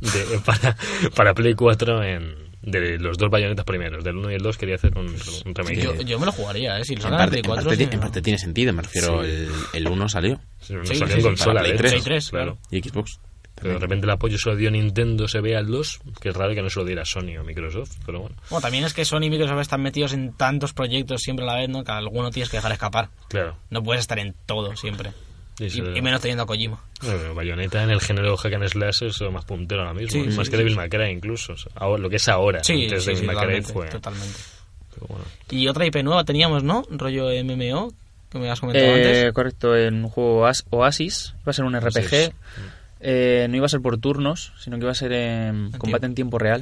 para Play 4 de los 2 Bayonetas primeros, del 1 y el 2 quería hacer un remake. Yo me lo jugaría, Si lo En sacan en parte, Play 4... sí, en parte tiene sentido, me refiero, el 1 salió. No Sí, salió sí, en consola, para de Play hecho, 3, claro. Y Xbox. Pero de repente el apoyo se lo dio Nintendo, se ve al 2, que es raro que no se lo diera Sony o Microsoft, pero bueno, Bueno, también es que Sony y Microsoft están metidos en tantos proyectos siempre a la vez, ¿no? Que alguno tienes que dejar escapar. claro. No puedes estar en todo siempre. Y se- Y menos teniendo a Kojima. Bueno, Bayonetta en el género hack and slash es lo más puntero ahora mismo, Sí, más sí, que sí, Devil May Cry incluso, o sea, ahora, lo que es ahora, Sí, antes sí, Devil May Cry totalmente, fue... totalmente. pero bueno. Y otra IP nueva teníamos, ¿no? Rollo MMO, que me has comentado antes. Correcto, en un juego Oasis. Iba a ser un RPG. No iba a ser por turnos, sino que iba a ser en combate en tiempo real.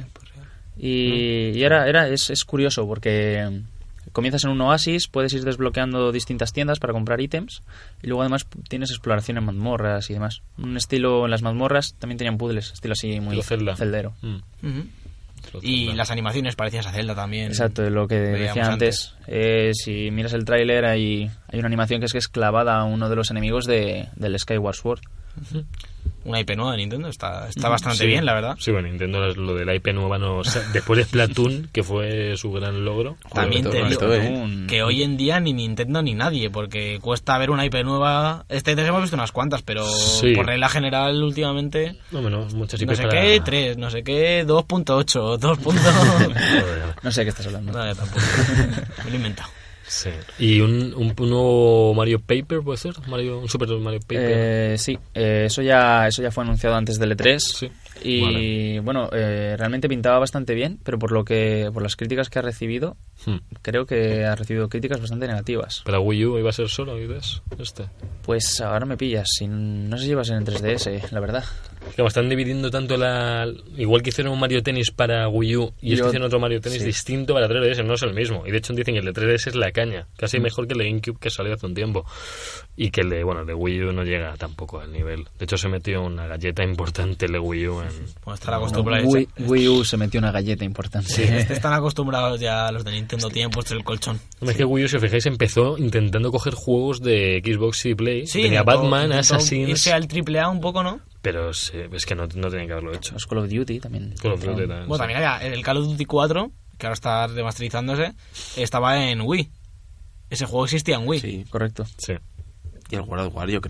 Y es curioso porque comienzas en un oasis, puedes ir desbloqueando distintas tiendas para comprar ítems y luego además tienes exploración en mazmorras y demás. Un estilo en las mazmorras también tenían puzzles, estilo así muy Estilo Zelda. celdero. Mm. Ujú. Estilo Y Zelda. las animaciones parecidas a Zelda también. Exacto, lo que Veíamos decía antes. Si miras el tráiler hay una animación que es clavada a uno de los enemigos del Skyward Sword. Una IP nueva de Nintendo, está bastante Sí. bien, la verdad. Sí, bueno, Nintendo lo de la IP nueva no... o sea, después de Splatoon, que fue su gran logro. También te bonito, digo que hoy en día ni Nintendo ni nadie, porque cuesta ver una IP nueva. Hemos visto unas cuantas, pero Sí. por regla general últimamente... No, menos, muchas No IPs sé para... qué, 3, no sé qué, 2.8, 2. Joder. No sé de qué estás hablando. No, yo tampoco. Me lo he inventado. Sí. ¿Y un nuevo Mario Paper puede ser? Un Super Mario Paper. Sí, eso ya fue anunciado antes del E3 Sí. y bueno, realmente pintaba bastante bien, pero por las críticas que ha recibido, creo que ha recibido críticas bastante negativas. ¿Para Wii U iba a ser solo, dices? Pues ahora me pillas, no sé si iba a ser en 3DS, la verdad. Que me están dividiendo tanto igual que hicieron un Mario Tennis para Wii U y hicieron otro Mario Tennis sí. distinto para 3DS, no es el mismo. Y de hecho dicen que el de 3DS es la caña, casi mejor que el de GameCube que salió hace un tiempo. Y que el de Wii U no llega tampoco al nivel. De hecho se metió una galleta importante el de Wii U en... Bueno, estar acostumbrados. Wii U se metió una galleta importante. Sí. Están acostumbrados ya los de Nintendo, tienen puesto el colchón. Es que Wii U, si os fijáis, empezó intentando coger juegos de Xbox y Play. Sí, Tenía Batman, intentó Assassin's... irse al AAA un poco, ¿no? Pero es que no tenía que haberlo hecho. Los Call of Duty también. Call of Duty también, Bueno, sí. también había el Call of Duty 4, que ahora está remasterizándose, estaba en Wii. Ese juego existía en Wii. Sí. Correcto. Sí. Y el God of War, yo creo.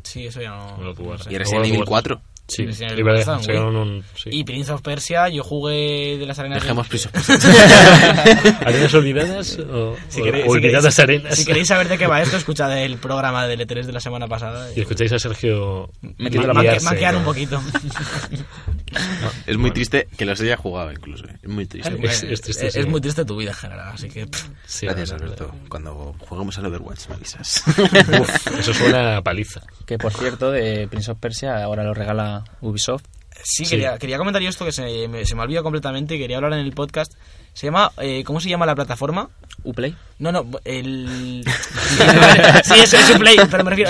Sí, eso ya no... No lo puedo sé. Y Resident Evil 4. Sí, Resident y Evil vale, está muy sacaron un... Sí. Y Prince of Persia, yo jugué de las arenas... Dejemos Prince of ¿Arenas olvidadas o queréis- olvidadas arenas? Si queréis saber de qué va esto, escuchad el programa del E3 de la semana pasada. Y escucháis a Sergio Metiendo la liarse, Maquear ¿no? un poquito. Es muy triste que los haya jugado incluso. Es muy triste. Es triste, sí. Es muy triste tu vida en general, así que... Sí, Gracias, la verdad. Alberto. Cuando juguemos al Overwatch me avisas. Uf, eso suena a paliza. Que por cierto, de Prince of Persia ahora lo regala Ubisoft. Sí, Sí. quería comentar yo esto que se me ha olvidado completamente y quería hablar en el podcast. Se llama... ¿cómo se llama la plataforma? Uplay. No, el... sí, es un Play, pero me refiero...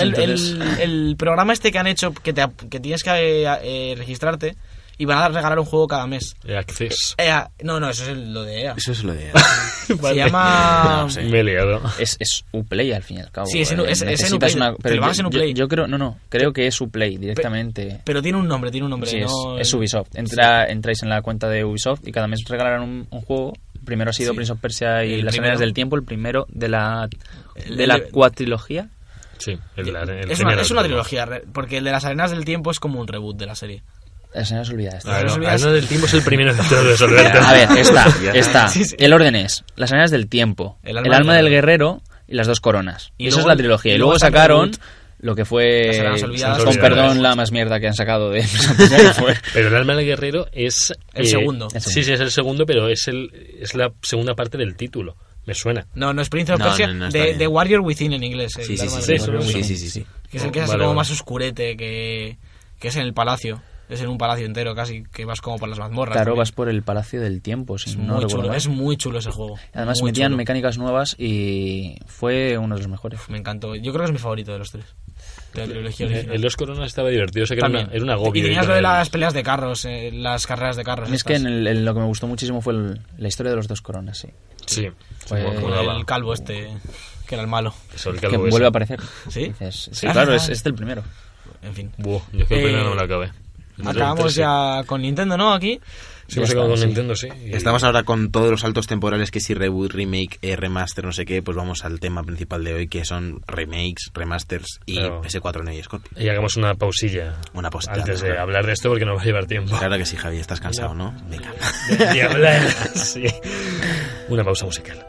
El programa este que han hecho que tienes que registrarte y van a regalar un juego cada mes. Access. No, eso es lo de EA. Eso es lo de... Se llama... No sé. Me he liado. Es Uplay al fin y al cabo. Sí, es en Necesitas Uplay. una- Te lo bajas en Uplay. Yo creo... No, creo que es Uplay directamente. Pero tiene un nombre. Sí, no es Ubisoft. Entráis en la cuenta de Ubisoft y cada mes regalarán un juego. Primero ha sido Sí. Prince of Persia y El las primero. Arenas del Tiempo, el primero de la El- cuatrilogía. Sí, el Es una trilogía, porque el de las arenas del tiempo es como un reboot de la serie. Las Arenas Olvidadas. Ah, Las no, olvidas- Arena del Tiempo es el primero de todos, Alberto. A ver, está. Sí, sí. El orden es Las Arenas del Tiempo, El El alma alma del del guerrero y Las dos coronas. Y Esa luego es la el- trilogía. y Y luego luego está el sacaron reboot. lo que fue, Las Arenas Olvidadas. con perdón, la más mierda que han sacado de Prince of Persia, que fue Pero el alma del guerrero es... El segundo. Sí, es el segundo, pero es la segunda parte del título. Me suena. No es Prince of No, Persia, no, está de bien. The Warrior Within en inglés. Sí, el sí, alma sí, del sí, guerrero. sí. Que es el que es así Vale, como vale. más oscurete, que es en el palacio. Es en un palacio entero casi, que vas como por las mazmorras. Claro, también. vas por el Palacio del Tiempo, si Es no muy recuerdo chulo, mal. es muy chulo ese juego. Además Muy metían chulo. mecánicas nuevas y fue uno de los mejores. Me encantó. Yo creo que es mi favorito de los tres. De la trilogía original. El Dos Coronas estaba divertido. O sea que También. era un agobio. Y tenías ir lo de con las el- peleas de carros, las carreras de carros. A mí es que estas. en lo que me gustó muchísimo fue la historia de los dos coronas, sí. Sí. Fue- Con Molaba. el calvo este, que era el malo. Eso, el Que calvo vuelve a ese. aparecer. ¿Sí? Dices, sí, Ah, claro, ah. es del primero. En fin. Buah, yo es que el primero Eh, no me lo acabé. El Acabamos tres, sí. ya con Nintendo, ¿no? Aquí. Sí, hemos acabado con Nintendo, sí. Y- Estamos ahora con todos los saltos temporales, que si reboot, remake, remaster, no sé qué, pues vamos al tema principal de hoy, que son remakes, remasters y Claro. PS4 Neo y Scorpio. Y hagamos una pausilla. Una pausita, Antes de claro. hablar de esto porque nos va a llevar tiempo. Claro que sí, Javi, estás cansado, ¿no? Venga. De hablar. Sí. Una pausa musical.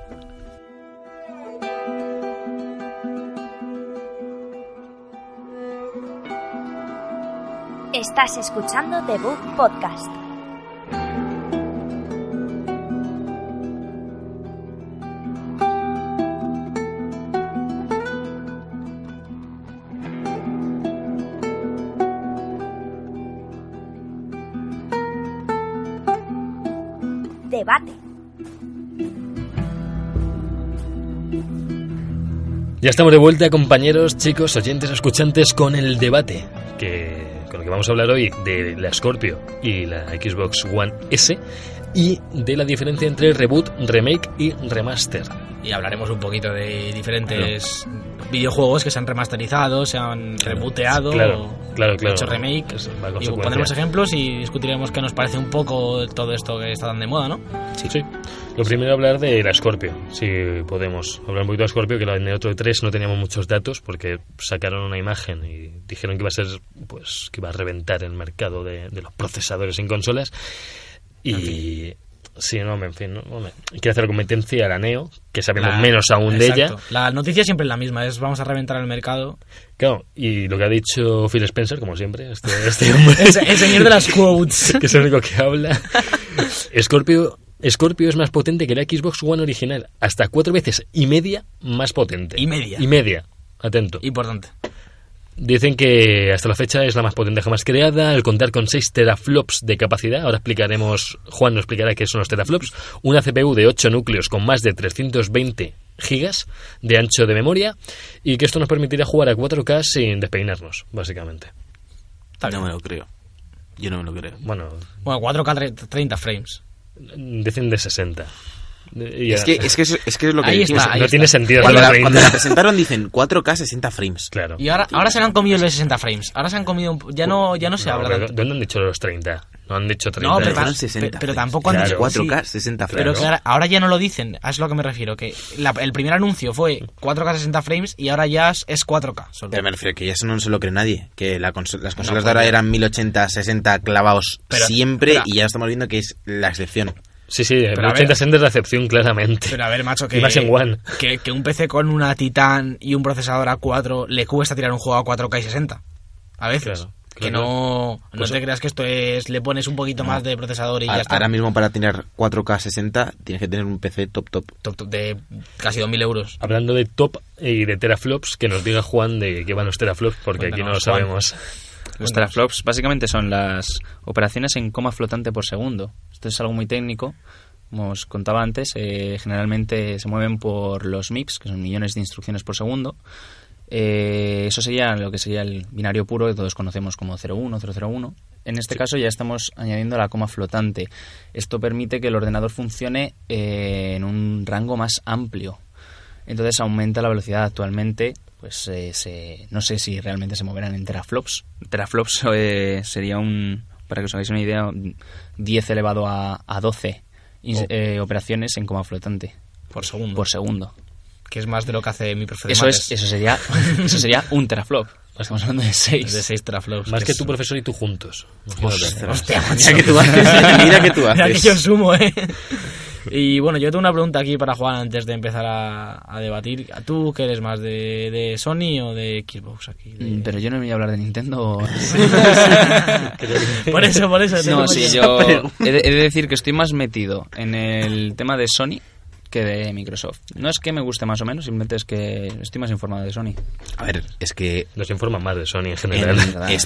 Estás escuchando The Book Podcast. Debate. Ya estamos de vuelta, compañeros, chicos, oyentes, escuchantes, con el debate con el que vamos a hablar hoy de la Scorpio y la Xbox One S y de la diferencia entre reboot, remake y remaster. Y hablaremos un poquito de diferentes videojuegos que se han remasterizado, se han rebooteado, Claro. hecho remake. Es la Y consecuencia. pondremos ejemplos y discutiremos qué nos parece un poco todo esto que está tan de moda, ¿no? Sí. Lo primero hablar de la Scorpio, si podemos hablar un poquito de Scorpio, que en el otro 3 no teníamos muchos datos porque sacaron una imagen y dijeron que iba a ser, pues, que iba a reventar el mercado de los procesadores en consolas y sí, no, en fin, no, quiere hacer competencia a la Neo, que sabemos menos aún de ella. Exacto. La noticia siempre es la misma, es vamos a reventar el mercado. Claro, y lo que ha dicho Phil Spencer, como siempre, este hombre, El señor de las quotes. que es el único que habla. Scorpio es más potente que la Xbox One original, hasta 4 veces y media más potente. Y media. Y media, atento. Importante. Dicen que hasta la fecha es la más potente jamás creada, al contar con 6 teraflops de capacidad. Ahora explicaremos, Juan nos explicará qué son los teraflops. Una CPU de 8 núcleos con más de 320 gigas de ancho de memoria y que esto nos permitirá jugar a 4K sin despeinarnos, básicamente. No me lo creo. Yo no me lo creo. Bueno, 4K 30 frames. dicen de 60. Y Es que es lo que Ahí dijimos. está, ahí no tiene sentido. Cuando hacerlo cuando 30. la presentaron dicen 4K 60 frames. Claro. Y ahora se le han comido el de 60 frames. Ahora se han comido ya no se No, habla pero tanto. ¿dónde han dicho los 30? No han dicho 30. No, pero, Fueron 60 pero frames. tampoco han dicho... 4K, sí. 60 Pero frames. claro, ahora ya no lo dicen, a eso es lo que me refiero, que el primer anuncio fue 4K 60 frames y ahora ya es 4K solo. Pero me refiero que ya eso no se lo cree nadie. Que las consolas de pues ahora ya. eran 1080, 60 clavados Pero, siempre espera. y ya estamos viendo que es la excepción. Sí, Pero a 80 ver. es la excepción claramente. Pero a ver, macho, que, Y más en One. que un PC con una Titan y un procesador A4 le cuesta tirar un juego a 4K y 60. A veces. Claro, Que claro. no Pues- te creas que esto es... Le pones un poquito más de procesador y ya está. Ahora mismo para tirar 4K 60 tienes que tener un PC top. Top de casi 2.000 euros. Hablando de top y de teraflops, que nos diga Juan de qué van los teraflops, porque aquí no lo Cuéntanos, Juan. sabemos. Los teraflops básicamente son las operaciones en coma flotante por segundo. Esto es algo muy técnico. Como os contaba antes, generalmente se mueven por los MIPS, que son millones de instrucciones por segundo. Eso sería lo que sería el binario puro que todos conocemos como 01, 001. En este caso ya estamos añadiendo la coma flotante. Esto permite que el ordenador funcione en un rango más amplio. Entonces aumenta la velocidad. Actualmente pues no sé si realmente se moverán en teraflops. Teraflops sería para que os hagáis una idea, 10 elevado a 12 operaciones en coma flotante Por segundo. por segundo. Que es más de lo que hace mi profe de Eso mates. sería un teraflop. Estamos hablando de 6. De 6 teraflops. Más que tu profesor y tú juntos. Imagínate. Hostia, Mira que tú haces. Mira que tú Mira que haces. yo sumo, Y bueno, yo tengo una pregunta aquí para Juan antes de empezar a debatir. ¿Tú qué eres más, de Sony o de Xbox aquí? Pero yo no voy a hablar de Nintendo. Por eso. No, sí, yo he de decir que estoy más metido en el tema de Sony que de Microsoft. No es que me guste más o menos, simplemente es que estoy más informado de Sony. A ver, es que Nos informan más de Sony en general.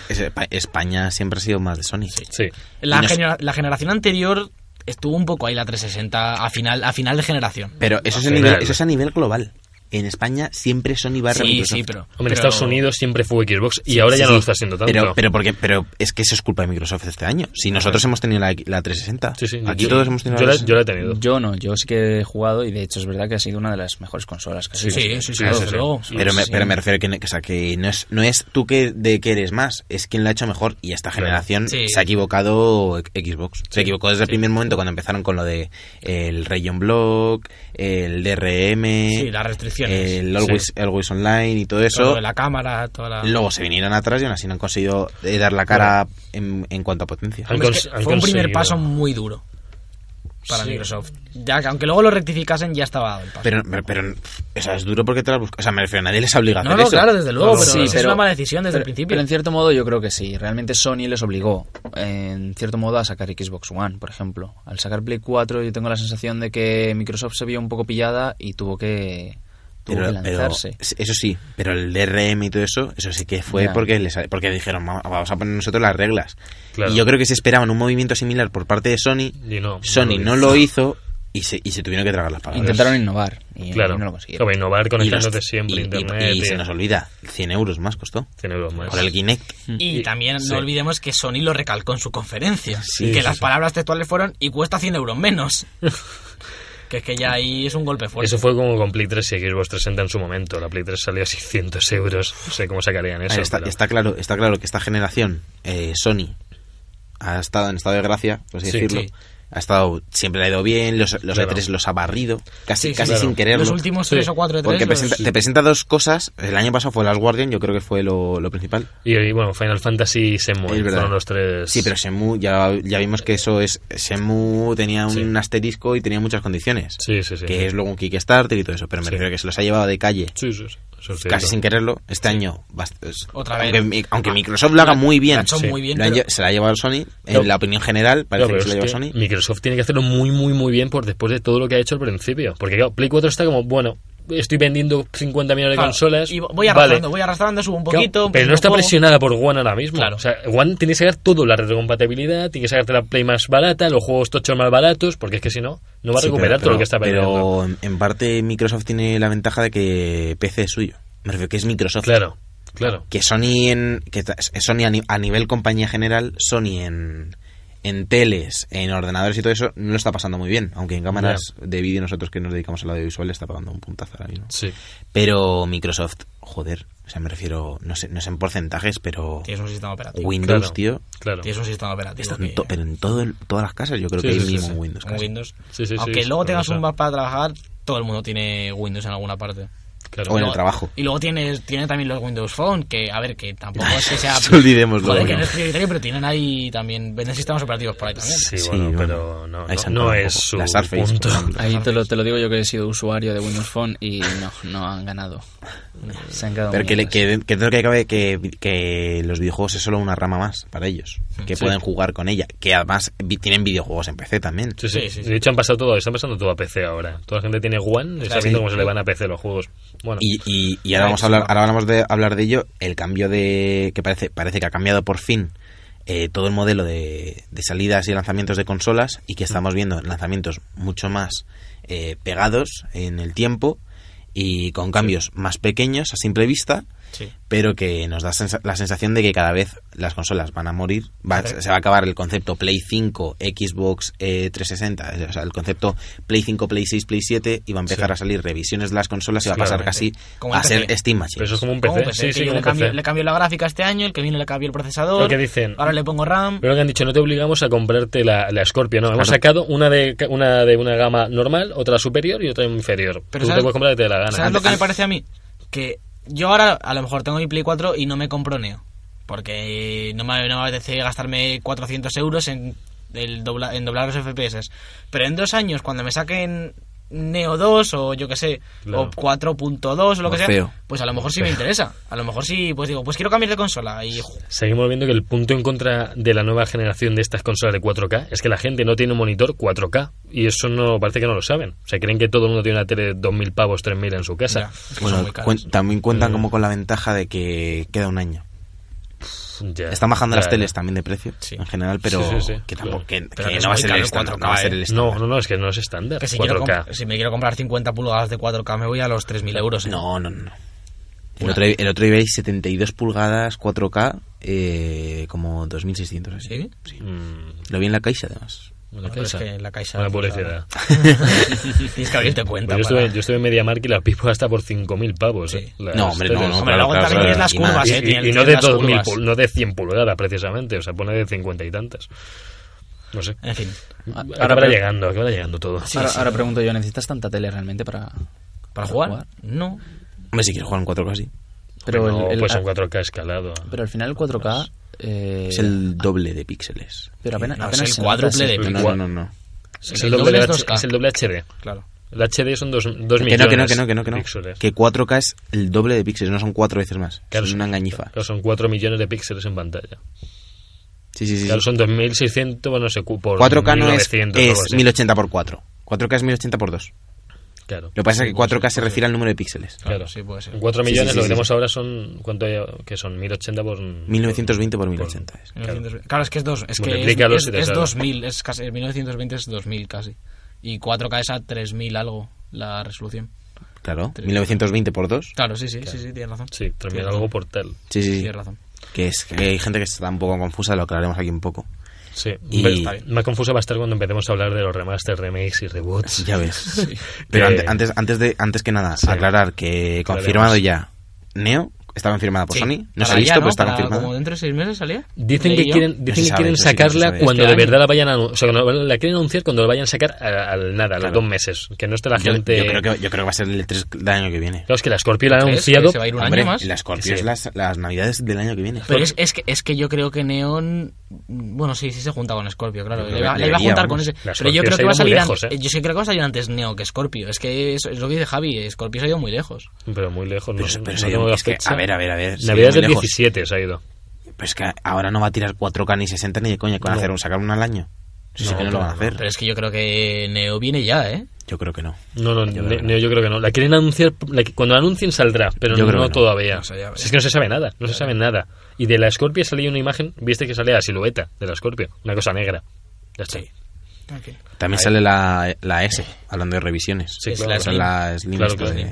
España siempre ha sido más de Sony. Sí. La, Y nos- la generación anterior estuvo un poco ahí la 360 a final de generación. Pero eso es, Al a final. eso es a nivel global. En España siempre Sony barra Sí, Microsoft. sí, pero... Hombre, en pero- Estados Unidos siempre fue Xbox y ahora ya no lo está siendo tanto. Pero es que eso es culpa de Microsoft este año. Si nosotros hemos tenido la 360. Sí, sí, Aquí yo- todos hemos tenido yo la la he tenido. Yo no, yo sí que he jugado y de hecho es verdad que ha sido una de las mejores consolas que ha Sí, sido. sí, claro, desde sí. luego. Pero me refiero que no es tú que eres más, es quien lo ha hecho mejor. Y esta generación Sí. se ha equivocado Xbox. Se equivocó desde el primer momento cuando empezaron con lo de el Region Block, el DRM, Sí, las restricciones. el Always Online y todo Todo eso. lo de la cámara, toda la... Luego se vinieron atrás y aún así no han conseguido dar la cara en cuanto a potencia. Han Hombre, es que han fue un primer conseguido. paso muy duro para Sí. Microsoft. Ya que aunque luego lo rectificasen, ya estaba dado el paso. Pero o sea, es duro porque te la buscas. O sea, me refiero, nadie les obliga a hacer No, eso. claro, desde luego, No, pero sí, es pero- una mala decisión desde el Pero principio. en cierto modo yo creo que sí. Realmente Sony les obligó, en cierto modo, a sacar Xbox One, por ejemplo. Al sacar Play 4 yo tengo la sensación de que Microsoft se vio un poco pillada y tuvo que lanzarse. Eso sí, pero el DRM y todo eso, eso sí que fue Ya. porque dijeron, vamos a poner nosotros las reglas. Claro. Y yo creo que se esperaban un movimiento similar por parte de Sony. Y no, Sony no lo hizo y se tuvieron que tragar las palabras. Intentaron innovar y Claro. no lo consiguieron. Como innovar Y conectándote los- siempre a y internet. se nos olvida, 100 euros más costó. 100 euros más. Por el Kinect. Y también sí. no olvidemos que Sony lo recalcó en su conferencia. Sí, que sí, las sí. palabras textuales fueron y cuesta 100 euros menos. Que es que ya ahí es un golpe fuerte. Eso fue como con Play 3 y Xbox 360 en su momento. La Play 3 salió a 600 euros. No sé cómo sacarían eso. Está, pero- está claro que esta generación, Sony, ha estado en estado de gracia, por así Sí, decirlo. sí. Ha estado, siempre le ha ido bien, los Claro. E3 los ha barrido, casi Sí, casi claro. sin quererlo. Los últimos 3 o 4 Porque E3 te presenta dos cosas. El año pasado fue Last Guardian, yo creo que fue lo principal. Y bueno, Final Fantasy y Shenmue Es verdad. fueron los tres. Sí, pero Shenmue, ya vimos que eso es... Shenmue tenía un Sí. asterisco y tenía muchas condiciones. Sí, sí, sí. Que es luego un Kickstarter y todo eso. Pero me Sí. refiero a que se los ha llevado de calle. Sí, sí, sí. Eso es Casi cierto. sin quererlo. Este año... Otra vez. Aunque Microsoft lo haga muy bien. Lo ha hecho Sí. muy bien, Lo han pero- se la ha llevado Sony. Pero- En la opinión general, parece Claro, que se la pero lleva es Sony. Microsoft tiene que hacerlo muy, muy, muy bien después de todo lo que ha hecho al principio. Porque claro, Play 4 está como, bueno, estoy vendiendo 50 millones de Claro, consolas. y vale. voy arrastrando, subo un Claro, poquito. pero no está juego. presionada por One ahora mismo. Claro. O sea, One tiene que sacar todo, la retrocompatibilidad, tiene que sacarte la Play más barata, los juegos tochos más baratos, porque es que si no, no va a Sí, recuperar todo lo que está perdiendo. Pero en parte Microsoft tiene la ventaja de que PC es suyo. Me refiero que es Microsoft. Claro, claro. Que Sony Sony a nivel compañía general, Sony en en teles, en ordenadores y todo eso, no lo está pasando muy bien. Aunque en cámaras de vídeo nosotros que nos dedicamos al audiovisual está pagando un puntazo ahora mismo. Sí. Pero Microsoft, joder, o sea, me refiero, no sé en porcentajes, pero Tienes un sistema operativo. Windows, Claro. tío, Claro. Tienes un sistema operativo. está que- pero en todas las casas yo creo Sí, que hay sí, mínimo sí. un Windows. con casi. Windows. Sí, sí, Aunque sí, luego sí, tengas o sea, un Mac para trabajar, todo el mundo tiene Windows en alguna parte. Claro. O en el Luego- trabajo. Y luego tiene también los Windows Phone, que a ver, que tampoco es que sea... No olvidemos Joder, luego, que ¿no? no es prioritario, pero tienen ahí también... Venden sistemas operativos por ahí también. Sí, Sí, bueno, bueno. pero Ahí se han no colado un es poco. su La Surface, punto. por ejemplo. Ahí te lo digo yo que he sido usuario de Windows Phone y no han ganado. Se han quedado Pero que muñecas. dentro que cabe que los videojuegos es solo una rama más para ellos, que Sí. pueden jugar con ella, que además tienen videojuegos en PC también. Sí, sí. Sí, sí, sí. De hecho, están pasando todo a PC ahora. Toda la gente tiene One y está viendo cómo se le van a PC los juegos. Bueno, Y ahora vamos a hablar, ahora hablamos de hablar de ello, el cambio de que parece que ha cambiado por fin todo el modelo de salidas y lanzamientos de consolas, y que estamos viendo lanzamientos mucho más pegados en el tiempo y con cambios más pequeños a simple vista, Sí. pero que nos da la sensación de que cada vez las consolas van a morir, se va a acabar el concepto Play 5, Xbox 360, o sea, el concepto Play 5, Play 6, Play 7, y va a empezar Sí. a salir revisiones de las consolas y va a pasar Claramente. casi Como a el ser PC. Steam Machines. pero eso es como un Como PC. un PC, Sí, que sí, yo como un PC. le cambio la gráfica este año, el que viene le cambio el procesador. Lo que dicen. Ahora le pongo RAM. Pero lo que han dicho, no te obligamos a comprarte la Scorpio, no. Hemos Claro. sacado una de una gama normal, otra superior y otra inferior. Pero Tú ¿sabes- te puedes comprar lo que te dé la gana. ¿Sabes lo que me parece a mí? Que yo ahora a lo mejor tengo mi Play 4 y no me compro Neo. Porque no me apetece gastarme 400 euros en doblar los FPS. Pero en 2 años, cuando me saquen Neo 2 o yo que sé, Claro. o 4.2 o lo que sea, Orfeo. pues a lo mejor sí me interesa. A lo mejor sí, pues digo, pues quiero cambiar de consola. Y Seguimos viendo que el punto en contra de la nueva generación de estas consolas de 4K es que la gente no tiene un monitor 4K. Y eso no parece que no lo saben. O sea, creen que todo el mundo tiene una tele de 2.000 pavos, 3.000 en su casa. ya, es que Bueno, son muy caros. también cuentan como con la ventaja de que queda un año. Ya, Están bajando las ya, teles ya. también de precio, Sí. en general, pero Sí, sí, sí, que tampoco claro. que Pero que no es va a muy ser caro el el estándar. 4K, No va a ser el estándar. No, es que no es estándar. Que si, 4K. si me quiero comprar 50 pulgadas de 4K me voy a los 3.000 euros. ¿eh? No. El otro día veis 72 pulgadas 4K, como 2.600 así. ¿Sí? Lo vi en la Caixa, además. Una No, pero es Caixa. que la Caixa... Una pues, publicidad. Tienes que abrirte cuenta. Pues yo estuve en MediaMarkt y la pipo hasta por 5.000 pavos. Sí. No, hombre, no, teles. no, Hombre, claro, luego claro, también claro. tienes las Y curvas, más. Y Tiene no de las 2.000, curvas. no de 100 pulgadas precisamente, o sea, pone de 50 y tantas. No sé. En fin, Acabará llegando todo. Ahora pregunto yo, ¿necesitas tanta tele realmente para ¿para jugar? No. Hombre, si quieres jugar en 4K, sí. Pero No, el- pues en 4K escalado. Pero al final el 4K... Es el doble de píxeles. Pero apenas, No, apenas es el se nota, cuádruple sí. de No. Es El el doble doble, es 2K. es el doble HD. Claro. El HD son 2 Que millones no. de píxeles. Que 4K es el doble de píxeles, no son 4 veces más. Claro, es una engañifa. Claro, son 4 millones de píxeles en pantalla. Sí. Claro, son 2.600, bueno, no sé, por 4K no es 1900 o algo así. 1080 por 4. 4K es 1080 por 2. Claro. Lo que pasa es que 4K se refiere al número de píxeles. Claro, sí, puede ser. En 4 Sí, millones sí, lo sí, que tenemos sí. ahora son... ¿Cuánto hay? Que son 1080 por... 1920 por 1080 es. Claro, es que es dos. Es que Multiplícalo es si te sale. 2000, es casi 1920 es 2000 casi. Y 4K es a 3000 algo la resolución. Claro, 1920 por 2. Claro, sí, tienes razón. Sí, también Tienes algo razón. por tal. Sí. Tienes razón. Que hay gente que está un poco confusa, lo aclararemos aquí un poco. Sí, Y- pero Está bien. más confuso va a estar cuando empecemos a hablar de los remasters, remakes y reboots. Ya ves. Pero Que- antes que nada, Sí. aclarar que confirmado ya Neo, estaba confirmada por Sí. Sony. No se ha Para visto, ya, pero está Para confirmada. como dentro de 6 meses salía. Dicen Leí que yo. quieren, No dicen se que sabe, quieren eso sí que no se sacarla sabe. cuando Este de año. verdad la vayan a anunciar. O sea, cuando la quieren anunciar cuando la vayan a sacar al nada, a los 2 meses. Que no esté la Yo gente... creo que va a ser el 3 del año que viene. Claro, es que la Scorpio la han ¿Crees anunciado... que se va a ir un Hombre, año más? la Scorpio Sí. es las navidades del año que viene. Pero es que yo creo que Neon... Bueno, sí se junta con Scorpio, claro. Yo Le creo que iba a debería, juntar con vamos. ese. La Pero yo Scorpio creo se que ha va a ido muy salir lejos, antes. Yo sí creo que va a salir antes Neo que Scorpio. Es que es lo que dice Javi. Scorpio se ha ido muy lejos. Pero muy lejos. Pero no se ha ido- tengo la es que, fecha. a ver. se ha ido Navidades muy del lejos. 17 se ha ido. Pero es que ahora no va a tirar 4K ni 60 ni de coña. Con No. sacar una al año. Sí, No, que no lo van a no, hacer. Pero es que yo creo que Neo viene ya, ¿eh? Yo creo que no. No, Yo creo que no. yo creo que no. La quieren anunciar... cuando la anuncien saldrá, pero Yo creo no que no. todavía. No sé, ya Si es que no se sabe nada. No se sabe nada. Y de la Scorpio salía una imagen... Viste que salía la silueta de la Scorpio. Una cosa negra. Ya está. También sale la S, hablando de revisiones. Sí, Es claro. la O sea, la Slim Claro, esta claro. de-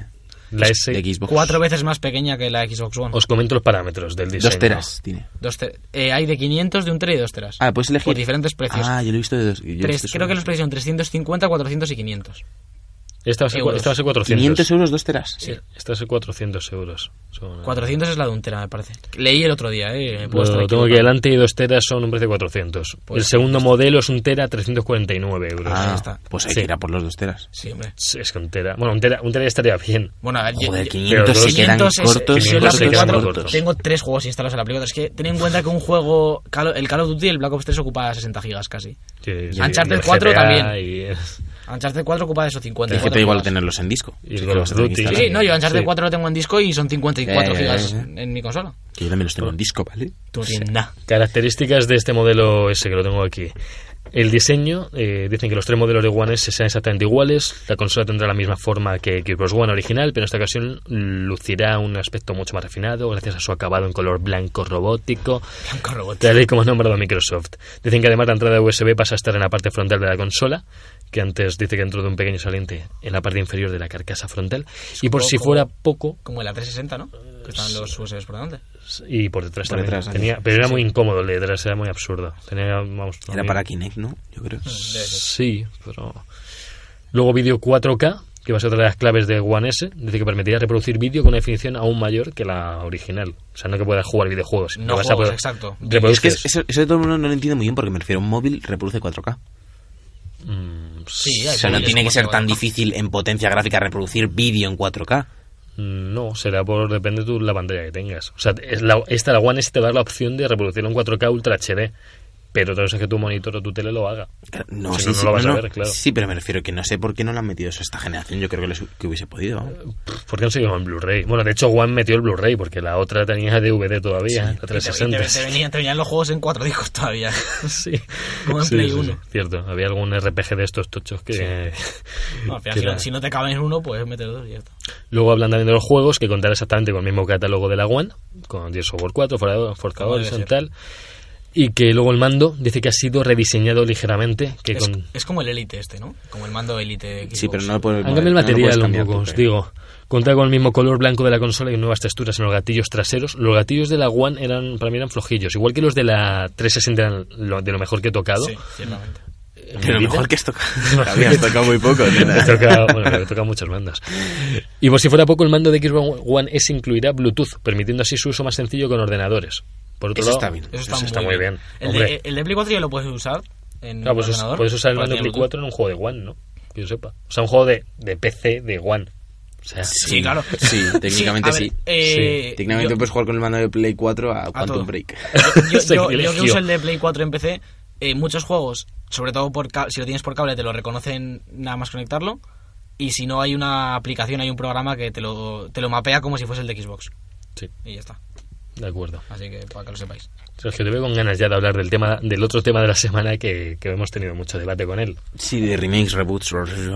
La S, de Xbox. 4 veces más pequeña que la Xbox One. os comento los parámetros del diseño. 2 teras tiene. Hay de 500, de 1 tera y de 2 teras. Ah, puedes elegir. Por diferentes precios. Ah, yo lo he visto de 2. Creo que los precios son 350, 400 y 500. Esta va a ser euros. 400. 500 euros, 2 teras. Sí. Esta va a ser 400 euros. 400 es la de 1 tera, me parece. Leí el otro día, Lo tengo aquí delante y 2 teras son un precio de 400. Pues el segundo modelo es 1 tera, 349 euros. Ah, está. pues hay Sí. que ir a por los 2 teras. Sí, hombre. Es que 1 tera... Bueno, 1 tera ya estaría bien. Bueno, a ver, Joder, yo- 500 se quedan 500 es- cortos. yo en la 500 Play se quedan 4 cortos. tengo 3 juegos instalados en la Play 4. Es que ten en cuenta que un juego, el Call of Duty y el Black Ops 3 ocupa 60 gigas casi. Que sí, Uncharted el 4 GTA también. Y, Uncharted 4 ocupa de esos 50. Es que te da igual tenerlos en disco. Y Sí, Call que of vas a tener que Duty. instalar. Sí, no, yo Uncharted Sí. 4 lo tengo en disco y son 54 gigas sí. en mi consola. Que yo también los tengo en disco, ¿vale? Tú no tienes nada. características de este modelo S que lo tengo aquí. El diseño, dicen que los 3 modelos de One S sean exactamente iguales. La consola tendrá la misma forma que Xbox One original, pero en esta ocasión lucirá un aspecto mucho más refinado gracias a su acabado en color blanco robótico, Blanco robot. tal y como ha nombrado Microsoft. Dicen que además la entrada USB pasa a estar en la parte frontal de la consola, que antes dice que dentro de un pequeño saliente en la parte inferior de la carcasa frontal. Y por si fuera poco, Como la 360, ¿no? Que estaban los USBs por delante. y por detrás Por también. detrás, Pero era muy incómodo el de detrás, era muy absurdo. Vamos, Era para Kinect, ¿no? Yo creo. Sí, pero... Luego vídeo 4K, que va a ser otra de las claves de One S. Dice que permitirá reproducir vídeo con una definición aún mayor que la original. O sea, no que puedas jugar videojuegos. sino No que vas juegos, a poder exacto. Es que reproduces. eso de todo el mundo no lo entiendo muy bien porque me refiero a un móvil reproduce 4K. Sí, O hay sea, no móviles tiene que como ser este tan 4K. difícil en potencia gráfica reproducir vídeo en 4K. No, será por... Depende de la pantalla que tengas. O sea, la One S te va a dar la opción de reproducirlo en 4K Ultra HD. Pero otra cosa es que tu monitor o tu tele lo haga. No, Si sí, no, sí, no lo vas no, a no. ver, claro. Sí, pero me refiero que no sé por qué no lo han metido eso a esta generación. Yo creo que hubiese podido. ¿no? ¿Por qué no se llama en Blu-ray? Bueno, de hecho One metió el Blu-ray porque la otra tenía DVD todavía, la Y te 360. venían los juegos en 4 discos todavía. Sí. Como en Sí, Play sí, 1. sí, cierto. Había algún RPG de estos tochos que... No, al final, que si, no, era- si no te caben en uno, puedes meter 2 y ya está. Luego hablan también de los juegos, que contará exactamente con el mismo catálogo de la One, con Gears of War 4, Forza Como debe Horizon y ser. tal. Y que luego el mando dice que ha sido rediseñado ligeramente. Que Es como el Elite este, ¿no? Como el mando Elite Xbox. Sí, pero no puedes. han cambiado el material un poco, os digo. Contará con el mismo color blanco de la consola y nuevas texturas en los gatillos traseros. Los gatillos de la One para mí eran flojillos, igual que los de la 360 eran de lo mejor que he tocado. Sí, ciertamente. Pero mejor que esto. Habías tocado muy poco. Me he tocado muchas bandas. Y por si fuera poco, el mando de Xbox One S incluirá Bluetooth, permitiendo así su uso más sencillo con ordenadores. Por otro Eso lado, está bien. Eso eso está muy bien. El Hombre, de Play 4 ya lo puedes usar en claro, pues ordenador. puedes usar el mando de Porque Play tiene 4 en un juego de One, ¿no? Que yo sepa. O sea, un juego de PC de One. O sea, Sí, claro. Sí, técnicamente a ver, sí. Técnicamente yo- puedes jugar con el mando de Play 4 a todo. Quantum Break. Yo que Sacrilegio. uso el de Play 4 en PC, muchos juegos, sobre todo si lo tienes por cable, te lo reconocen nada más conectarlo. Y si no hay una aplicación, hay un programa que te lo mapea como si fuese el de Xbox. Sí, Y ya está. de acuerdo. Así que para que lo sepáis. Sergio, te veo con ganas ya de hablar del otro tema de la semana que hemos tenido mucho debate con él. Sí, de remakes, reboots,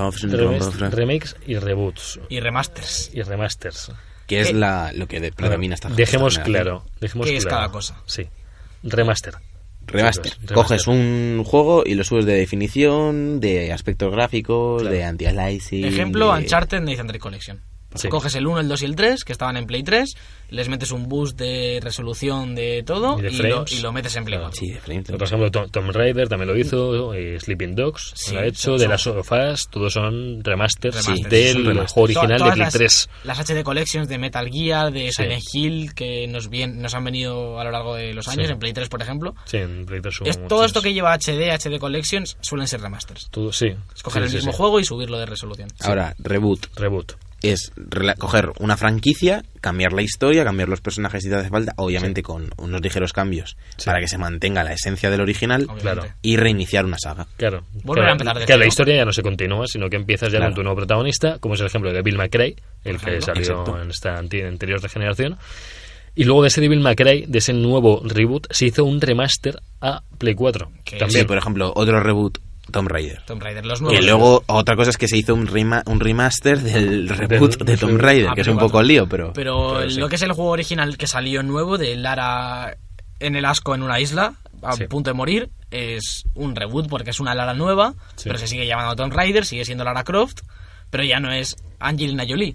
Remakes y reboots Y remasters. y remasters. que es lo que predomina esta Dejemos esta generación. claro. Dejemos ¿Qué es claro. cada cosa? Sí. Remaster. Remaster. Remaster. Coges un juego y lo subes de definición, de aspectos gráficos, Claro. de anti-aliasing. Ejemplo, de... Uncharted Nathan Drake Collection. Sí. Coges el 1, el 2 y el 3, que estaban en Play 3, les metes un boost de resolución de todo Y de y frames. lo metes en Play Claro. 4. Sí, de frames. Por ejemplo, Tomb Raider también lo hizo, Sleeping Dogs Sí, lo ha hecho, son- The Last of Us, todos son remasters, Remasters, del son remasters. juego original de Todas Play 3. Las HD Collections de Metal Gear, de Sí. Silent Hill, que nos han venido a lo largo de los años, Sí. en Play 3, por ejemplo. Sí, en Play 3 hubo Todo muchos. esto que lleva HD Collections suelen ser remasters. Todo, sí. Escoger Sí, el sí, mismo sí. juego y subirlo de resolución. Ahora, reboot. Reboot. Es coger una franquicia, cambiar la historia, cambiar los personajes si te hace falta, obviamente con unos ligeros cambios Sí. para que se mantenga la esencia del original Obviamente. Claro. y reiniciar una saga. Claro. Volver a empezar de que la cero. historia ya no se continúa, sino que empiezas ya Claro. con tu nuevo protagonista, como es el ejemplo de Bill McRae, el que ejemplo. salió Exacto. en esta anterior regeneración. Y luego de ese Devil May Cry, de ese nuevo reboot, se hizo un remaster a Play 4. Que También. Sí, por ejemplo, otro reboot, Tomb Raider. Tomb Raider, los nuevos. Y luego, otra cosa es que se hizo un remaster del reboot de Tomb Raider, Ah, que es pero un poco cuatro. lío, pero... Pero sí. lo que es el juego original que salió nuevo de Lara en el asco en una isla, a Sí. punto de morir, es un reboot porque es una Lara nueva, Sí. pero se sigue llamando Tomb Raider, sigue siendo Lara Croft, pero ya no es Angelina Jolie.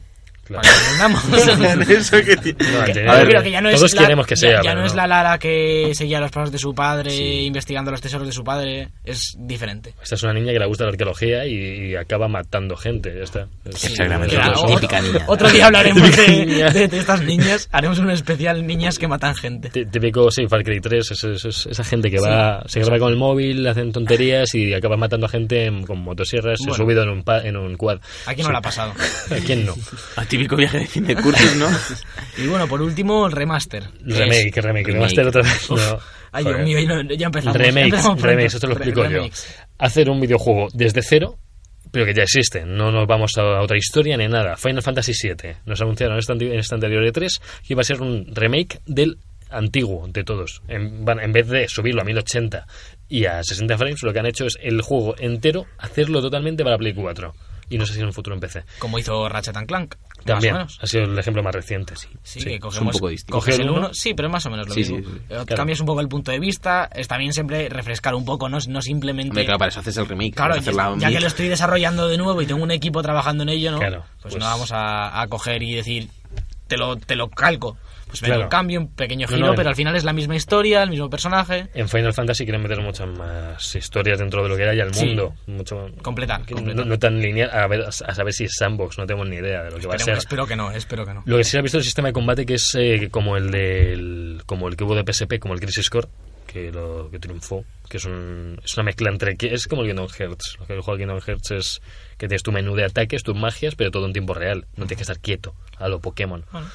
Claro. Para que entendamos. Eso que No, A ver, Pero que ya no todos es la, queremos que sea. ya pero no es la Lara que seguía los pasos de su padre, Sí. investigando los tesoros de su padre. Es diferente. Esta es una niña que le gusta la arqueología y acaba matando gente. Ya está. Exactamente. Claro, Eso, Típica niña. Otro día hablaremos Típica niña. de estas niñas. Haremos un especial niñas que matan gente. Típico, sí, Far Cry 3, esa gente que va, se graba con el móvil, hacen tonterías y acaba matando a gente con motosierras, Bueno. subido en un quad. ¿A quién no le ha pasado? ¿A quién no? Al típico viaje de fin de cursos, ¿no? Y bueno, por último, el remaster. Remake, remaster otra vez. No. Ay, Joder. Dios mío, ya empezamos. Remakes, Empezamos pronto. esto te lo explico yo. Remakes. Hacer un videojuego desde cero, pero que ya existe. No nos vamos a otra historia ni nada. Final Fantasy VII. Nos anunciaron en esta anterior E3 que iba a ser un remake del antiguo de todos. En vez de subirlo a 1080 y a 60 frames, lo que han hecho es el juego entero hacerlo totalmente para Play 4. Y no sé si en un futuro en PC. Como hizo Ratchet and Clank. También, Más o menos. ha sido el ejemplo más reciente. Sí, Sí. que es un cogemos, poco distinto. coges Coge el el 1, uno. sí, pero es más o menos lo Sí, mismo. sí, sí. Claro. Cambias un poco el punto de vista, es también siempre refrescar un poco, no simplemente... Hombre, claro, para eso haces el remake. Claro, para hacer la ya que mix. lo estoy desarrollando de nuevo y tengo un equipo trabajando en ello, ¿no? Claro, pues pues- no vamos a coger y decir, te lo calco. Pues me Claro. lo cambio, un pequeño No, giro, no, pero al final es la misma historia, el mismo personaje. En Final Fantasy quieren meter muchas más historias dentro de lo que era ya el Sí. mundo. Mucho, Completar. No tan lineal. A saber si es sandbox, no tenemos ni idea de lo que va a ser. Espero que no. Lo que sí se ha visto el sistema de combate que es como el como el que hubo de PSP, como el Crisis Core, que triunfó, que es una mezcla entre es como el Kingdom Hearts. Lo que el juego de Kingdom Hearts es que tienes tu menú de ataques, tus magias, pero todo en tiempo real. No tienes que estar quieto a lo Pokémon. Bueno.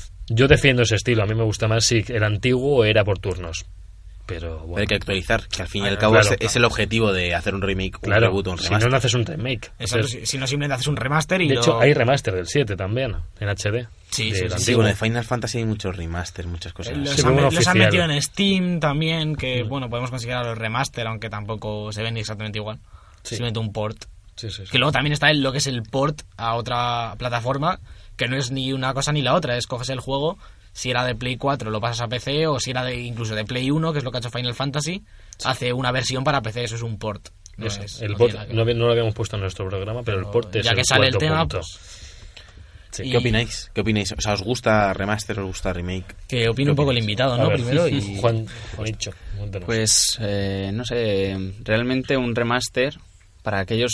Yo defiendo ese estilo. A mí me gusta más si el antiguo era por turnos. Pero bueno. Pero hay que actualizar, que al fin y al Ah, cabo claro. es el objetivo de hacer un remake, un Claro, reboot, un si remaster. no haces un remake. Exacto, O sea, si no simplemente haces un remaster y de hecho, lo... hay remaster del 7 también, en HD. Sí, del sí, sí. Sí, antiguo. bueno, de Final Fantasy hay muchos remasters, muchas cosas. Los, Sí, han, pero uno los han oficial. metido en Steam también, que bueno, podemos considerarlos remaster, aunque tampoco se ven exactamente igual. Sí. Simplemente un port. Sí, sí, sí. Que luego también está lo que es el port a otra plataforma, que no es ni una cosa ni la otra, es coges el juego, si era de Play 4 lo pasas a PC, o si era incluso de Play 1, que es lo que ha hecho Final Fantasy, hace una versión para PC, eso es un port. No Eso, es- el no port, tiene nada que ver. no lo habíamos puesto en nuestro programa, pero el port es ya que el sale el cuarto tema, punto. pues, Sí. y- ¿Qué opináis? ¿Qué opináis? O sea, ¿os gusta remaster o os gusta remake? que opine un poco el invitado, A ¿no? ver, Primero y... Juancho, cuéntanos. Pues, no sé, realmente un remaster para aquellos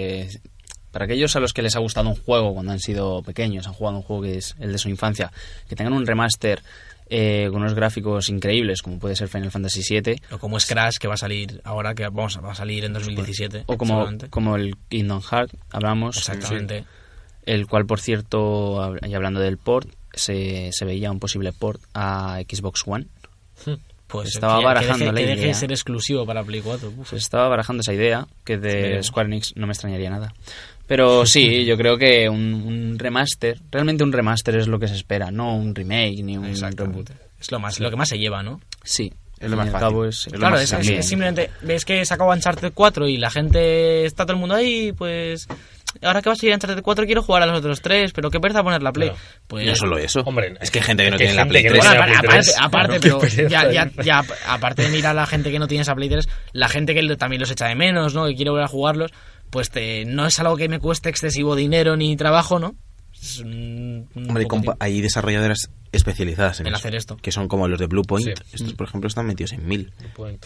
a los que les ha gustado un juego cuando han sido pequeños, han jugado un juego que es el de su infancia, que tengan un remaster con unos gráficos increíbles, como puede ser Final Fantasy VII, O como es Crash, que va a salir ahora, que va a salir en 2017. o como, seguramente. como el Kingdom Hearts, hablamos, Exactamente. el cual, por cierto, y hablando del port, se veía un posible port a Xbox One. Pues Estaba barajando la que deje de idea. ser exclusivo para Play 4. Uf. Se estaba barajando esa idea, que de Veremos. Square Enix no me extrañaría nada. Pero sí, yo creo que un remaster, realmente un remaster es lo que se espera, no un remake ni un reboot. Exactamente. Es lo que más se lleva, ¿no? Sí, Es lo al más fin y al fácil. cabo Es lo Claro, más es sencillo. simplemente ves que sacó Uncharted 4 y la gente está todo el mundo ahí, pues ahora que va a salir Uncharted 4 quiero jugar a los otros 3, pero qué pereza poner la Play. Claro. Pues No solo eso. Hombre, es que hay gente que no que hay tiene la gente Play que 3. no bueno, tiene la Play 3. aparte, Qué pero pereza. ya, aparte de mirar a la gente que no tiene esa Play 3, la gente que también los echa de menos, ¿no? Que quiere volver a jugarlos, pues no es algo que me cueste excesivo dinero ni trabajo, ¿no? Es un Hombre, poco tiempo. hay desarrolladoras especializadas en En eso, hacer esto. que son como los de Blue Point. Sí. Estos, por ejemplo, están metidos en 1000. Point.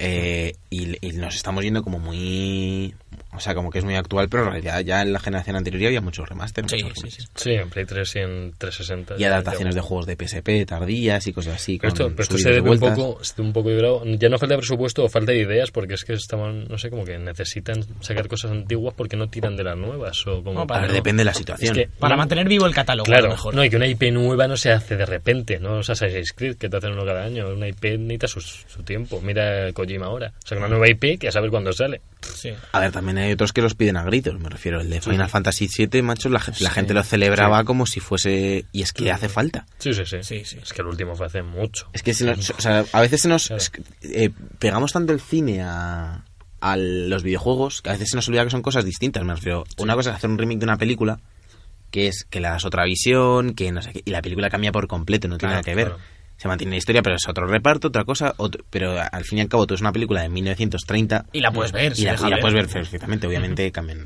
Y nos estamos yendo como muy... O sea, como que es muy actual, pero en realidad ya en la generación anterior ya había muchos remaster. Sí, muchos sí, remakes. sí. Sí, en Play 3 y en 360. Y adaptaciones de juegos de PSP tardías y cosas así. Pero con esto se subidas y debe un vueltas. poco librado. Ya no falta de presupuesto o falta de ideas, porque es que estaban, no sé, como que necesitan sacar cosas antiguas porque no tiran de las nuevas. O como No, A ver, depende de la situación. Es que Para no- mantener vivo el catálogo, a lo Claro, mejor. no, y que una IP nueva no se hace de repente, no es Assassin's Creed que te hacen uno cada año, una IP necesita su tiempo, mira Kojima ahora, o sea, una nueva IP que a saber cuándo sale. Sí. A ver, también hay otros que los piden a gritos, me refiero. El de Final Fantasy VII, macho, la gente lo celebraba como si fuese... Y es que hace falta. Sí. Sí, sí. Es que el último fue hace mucho. Es que o sea, a veces se nos... Claro. es que, pegamos tanto el cine a los videojuegos que a veces se nos olvida que son cosas distintas, me refiero. Una cosa es hacer un remake de una película, que es que le das otra visión, que no sé qué, y la película cambia por completo, no tiene Claro, nada que ver. claro. Se mantiene la historia, pero es otro reparto, otra cosa, pero al fin y al cabo tú es una película de 1930 Y la puedes ver, y se la deja puedes ver. ver perfectamente, obviamente cambian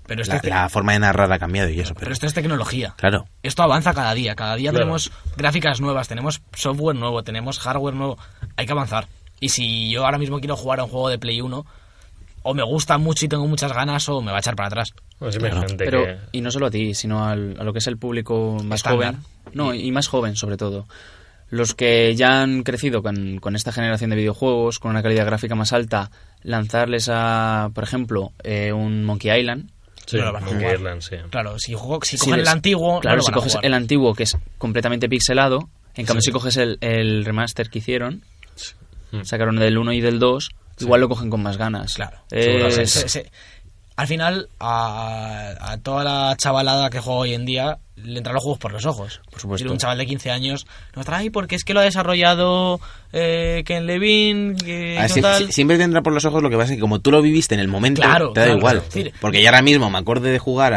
Pero esto la forma de narrar ha cambiado y eso. pero esto es tecnología. Claro. Esto avanza cada día. Cada día Claro. tenemos gráficas nuevas, tenemos software nuevo, tenemos hardware nuevo. Hay que avanzar. Y si yo ahora mismo quiero jugar a un juego de Play 1, o me gusta mucho y tengo muchas ganas, o me va a echar para atrás. Bueno, siempre hay gente Pero, que... y no solo a ti, sino a lo que es el público más Estándar. joven. No, y más joven, sobre todo. Los que ya han crecido con esta generación de videojuegos, con una calidad gráfica más alta, lanzarles a, por ejemplo, un Monkey Island. Sí, no lo van a Monkey jugar. Island, sí. Claro, si Si cogen el ves- antiguo, Claro, no lo si van a coges jugar. el antiguo, que es completamente pixelado, en cambio si coges el remaster que hicieron, sacaron del 1 y del 2, igual lo cogen con más ganas. Claro. Es- Al final, a toda la chavalada que juega hoy en día, le entran los juegos por los ojos. Por supuesto. Y un chaval de 15 años nos trae, porque es que lo ha desarrollado Ken Levine, que Ah, total... siempre te entra por los ojos, lo que pasa es que como tú lo viviste en el momento, Claro, te da claro, igual. claro. Es decir, Porque yo ahora mismo me acordé de jugar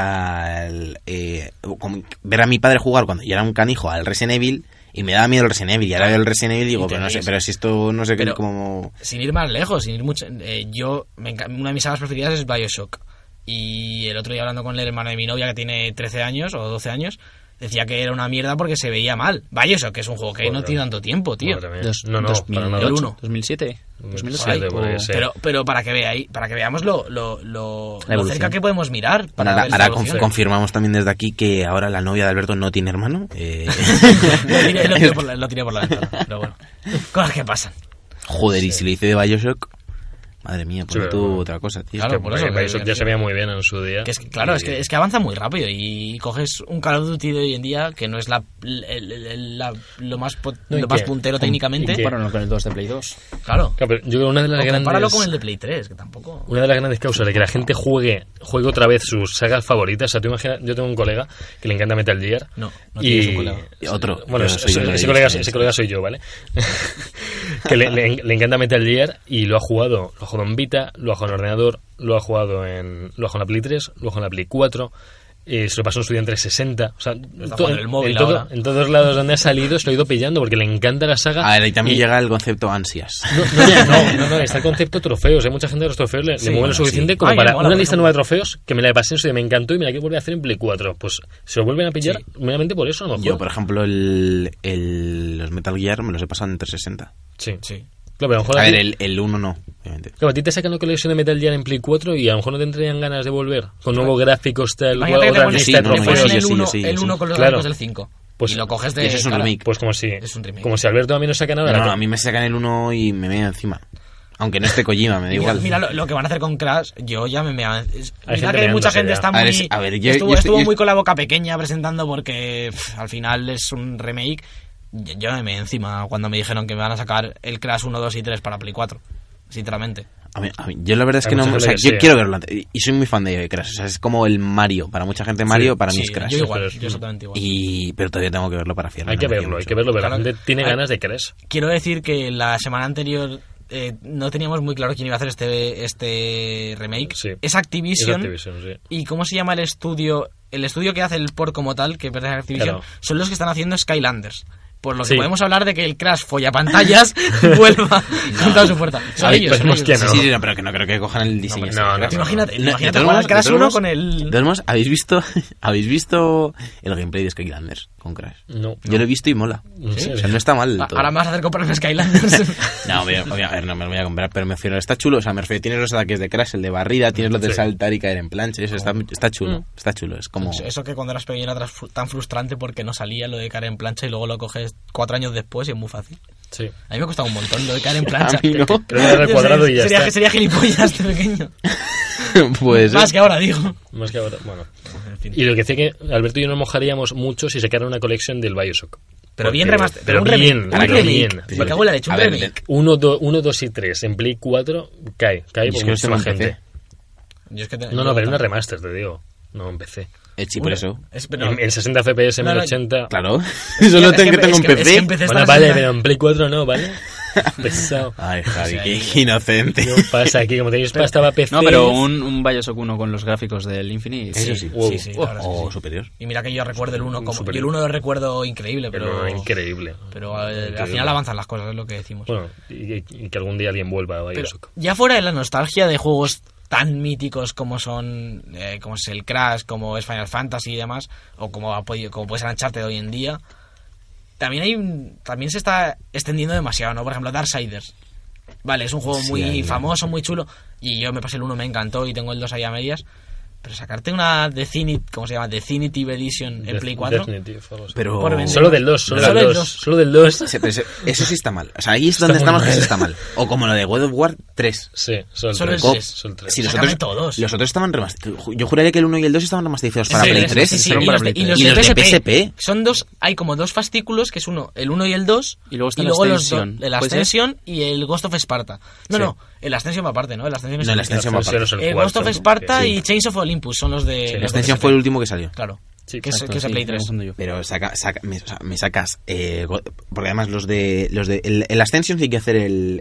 ver a mi padre jugar cuando yo era un canijo al Resident Evil y me daba miedo el Resident Evil. Y ahora veo el Resident Evil y digo, Y te pero no sé, ríes. pero si esto no sé qué, Pero- como... Sin ir más lejos, sin ir mucho... una de mis sagas preferidas es Bioshock. Y el otro día hablando con el hermano de mi novia, que tiene 13 años o 12 años, decía que era una mierda porque se veía mal. Bioshock, que es un juego que no Joder. tiene tanto tiempo, tío. Madre mía. No, no, para nada. El uno. 2007, 2007, 2008. puede ser. Pero para que veamos lo evolución. cerca que podemos mirar. Para Ahora, ver esta ahora evolución. confirmamos también desde aquí que ahora la novia de Alberto no tiene hermano. Lo tiré por la ventana, pero bueno. Cosas que pasan. Joder, y si le hice de Bioshock, madre mía, Sí, pues tú pero- otra cosa, tío. Claro, Es que- por eso, Bioshock ya se veía muy bien en su día. Que es que, claro, es que avanza muy rápido y coges un Call of Duty de hoy en día que no es lo más No, y lo más que- puntero técnicamente. y que- Compáranlo con el 2 de Play 2. Claro. Claro, pero yo creo que una de las O compáralo grandes... con el de Play 3, que tampoco... Una de las grandes causas de que la gente juegue otra vez sus sagas favoritas. O sea, tú imagina, yo tengo un colega que le encanta Metal Gear. No y tienes un colega. Otro. Bueno, Yo soy uno de ese ellos. colega soy yo, ¿vale? Que le encanta Metal Gear y lo ha jugado en Vita, lo ha jugado en ordenador, lo ha jugado en la Play 3, lo ha jugado en la Play 4. Se lo pasó en su día en 360. O sea, Está jugando en el móvil ahora. en todos lados donde ha salido se lo ha ido pillando porque le encanta la saga. A ver, ahí también llega el concepto ansias. No, está el concepto trofeos. Hay mucha gente de los trofeos le mueve lo bueno, suficiente sí. como Ay, para mola, una por lista ejemplo. nueva de trofeos que me la pasé en su día, me encantó y me la quiero volver a hacer en Play 4. Pues se lo vuelven a pillar meramente por eso, a lo mejor. Yo, por ejemplo, los Metal Gear me los he pasado en 360. Sí. Sí. Claro, pero a lo mejor A a ver, ti- el 1 no, obviamente. claro, a ti te sacan la colección de Metal Gear en Play 4 y a lo mejor no tendrían ganas de volver con nuevos gráficos, tal, Imagínate que te otra pones, lista de sí, no, te pones trofeos. yo el sí, 1 yo sí, el yo 1 sí. con los Claro. gráficos del 5 Pues y lo coges de... que eso es un cara. remake. Pues como si Es un remake. Alberto a mí no saca nada. No, la- no, a mí me sacan el 1 y me mea encima. Aunque no esté Kojima, me da Y mira, igual. mira lo que van a hacer con Crash, yo ya me mea. Hay Mira gente que mucha meándose gente ya. está A muy... ver, a ver, yo estuvo estoy- muy con la boca pequeña presentando porque al final es un remake. Yo me meé encima cuando me dijeron que me van a sacar el Crash 1, 2 y 3 para Play 4. Sinceramente. A mí, yo la verdad es Hay que no... mucha O sea, gente que yo sí. quiero verlo. Y soy muy fan de Crash. O sea, es como el Mario. Para mucha gente Mario, para mí Sí, es Crash. yo igual, Pero es- yo exactamente igual. Pero todavía tengo que verlo para fiarme. Hay que no me verlo, fío pero mucho. la Claro. gente tiene Ay, ganas de Crash. Quiero decir que la semana anterior no teníamos muy claro quién iba a hacer este remake. Sí. Es Activision. Es Activision, sí. ¿Y cómo se llama el estudio? El estudio que hace el port como tal, que pertenece a Activision, Claro. son los que están haciendo Skylanders. Por lo que Sí. podemos hablar de que el Crash follapantallas vuelva con toda su fuerza. Son Ay, ellos, son esperemos ellos. que no. Sí, pero que no creo que cojan el diseño. No, ese, no, Crash. no. Imagínate, No, imagínate de todos jugar al modos- Crash de todos 1 modos- con el... De todos modos, ¿habéis visto el gameplay de Skylanders con Crash? No. Yo lo he visto y mola. ¿En serio? O sea, no está mal del todo. Ahora me vas a hacer comprarme Skylanders. No, a ver, no me lo voy a comprar, pero me refiero, está chulo. O sea, me refiero, tienes los ataques de Crash, el de barrida, tienes los de Sí. saltar y caer en plancha. Eso está chulo. Está chulo. Es como. Eso que cuando eras pequeño era tan frustrante porque no salía lo de caer en plancha y luego lo coges 4 años después y es muy fácil. Sí. A mí me ha costado un montón lo de caer en plancha. A mí no. Creo que era el cuadrado y ya está. Sería gilipollas de pequeño. Pues. Más que ahora, digo. Más que ahora, bueno. En fin. Y lo que decía que Alberto y yo nos mojaríamos mucho si sacara una colección del Bioshock. Pero bien Porque- remaster. pero un remake, bien, un pero remake. bien. Me cago en la leche, un A ver, remake. 1, 2 y 3 en Play 4 cae Y por es que no muchísima está en gente. Yo es que No, no, pero una remaster, te digo. No, empecé. Sí, por eso. En 60 FPS, en No, no, 1080. Claro. Eso lo tengo que tengo en PC. Bueno, vale, pero en Play 4 no, ¿vale? Pesado. Ay, Javi, O sea, qué inocente. ¿Qué pasa aquí? Como tenéis pasta para PC. No, pero un Bioshock 1 con los gráficos del Infinite. Eso sí. Wow. Sí, sí, la verdad es que O sí. superior. Y mira que yo recuerdo el 1 como... Superior. Yo el 1 lo recuerdo increíble, pero... Pero increíble. Pero al Increíble. final avanzan las cosas, es lo que decimos. Bueno, y que algún día alguien vuelva a Pero Bioshock. ya fuera de la nostalgia de juegos tan míticos como son como es el Crash, como es Final Fantasy y demás, o como puede ser Uncharted hoy en día, también se está extendiendo demasiado, ¿no? Por ejemplo, Darksiders. Vale, es un juego muy famoso, muy chulo, y yo me pasé el 1, me encantó y tengo el 2 ahí a medias. Pero sacarte una Definitive Edition en Play 4. Pero solo del 2, solo del 2. Sí, eso sí está mal. O sea, ahí es donde estamos, que eso está mal. O como lo de God of War 3. Sí, solo el 3. Si los otros estaban remasterizados. Yo juraría que el 1 y el 2 estaban remasterizados para Play 3. Sí, y los de PSP. Son hay como dos fascículos, que es el 1 y el 2. Y luego está el Ascension y el Ghost of Sparta. No, el Ascension va aparte, ¿no? El Ascension es va aparte. El Ghost of Sparta y Chains of Olympus son los de... El Ascension fue el último que salió. Claro. Sí, que es el Play 3. Pero me sacas porque además el Ascension sí hay que hacer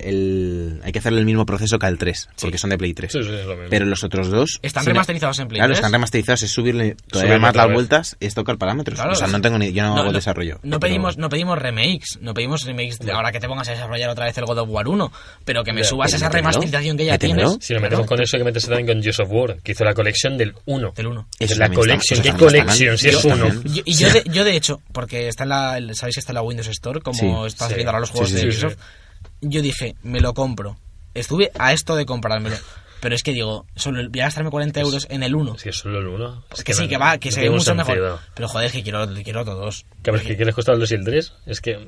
hay que hacerle el mismo proceso que al 3, porque son de Play 3. Sí, es lo mismo. Pero los otros dos están remasterizados en Play 3. Claro, están remasterizados, es subirle todavía más las vueltas, es tocar parámetros. Claro, o sea, yo no hago desarrollo. No pedimos remakes, de ahora que te pongas a desarrollar otra vez el God of War 1, pero que me subas esa remasterización que ya tienes. Si lo metemos con eso, hay que meterse también con Gears of War, que hizo la colección del 1. Es la colección, ¿qué colección? Si es 1. Y yo de hecho, porque está sabéis que está en la Windows Store, como están saliendo ahora los juegos de Ubisoft, yo dije, me lo compro. Estuve a esto de comprármelo. Pero es que digo, solo voy a gastarme 40 euros en el 1. Si es solo el 1. Es que sí, que se ve mucho mejor. Pero joder, es que quiero todos. ¿Qué quieres costar el 2 y el 3? Es que...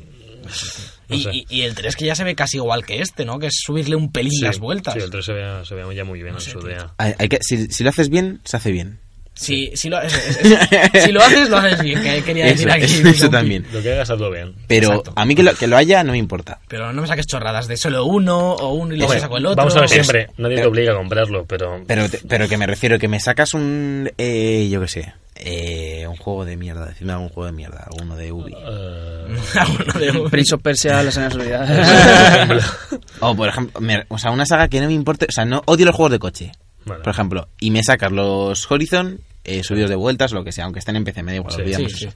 No sé. Y el 3 que ya se ve casi igual que este, ¿no? Que es subirle un pelín las vueltas. Sí, el 3 se ve ya muy bien en su día. Si lo haces bien, se hace bien. Si lo haces, lo haces bien. Que quería decir aquí. Eso también. Lo que hagas, hazlo bien. Pero exacto. A mí que lo haya no me importa. Pero no me saques chorradas de solo uno y luego saco el otro. Vamos a ver siempre. Nadie te obliga a comprarlo, pero... Pero que me refiero, que me sacas un... yo qué sé... un juego de mierda. Decidme algún juego de mierda. Alguno de Ubi. Prince of Persia, las años olvidadas. O por ejemplo... una saga que no me importe... O sea, no odio los juegos de coche. Vale. Por ejemplo. Y me sacas los Horizon... subidos de vueltas, lo que sea, aunque estén en PC, me da igual, olvidamos eso.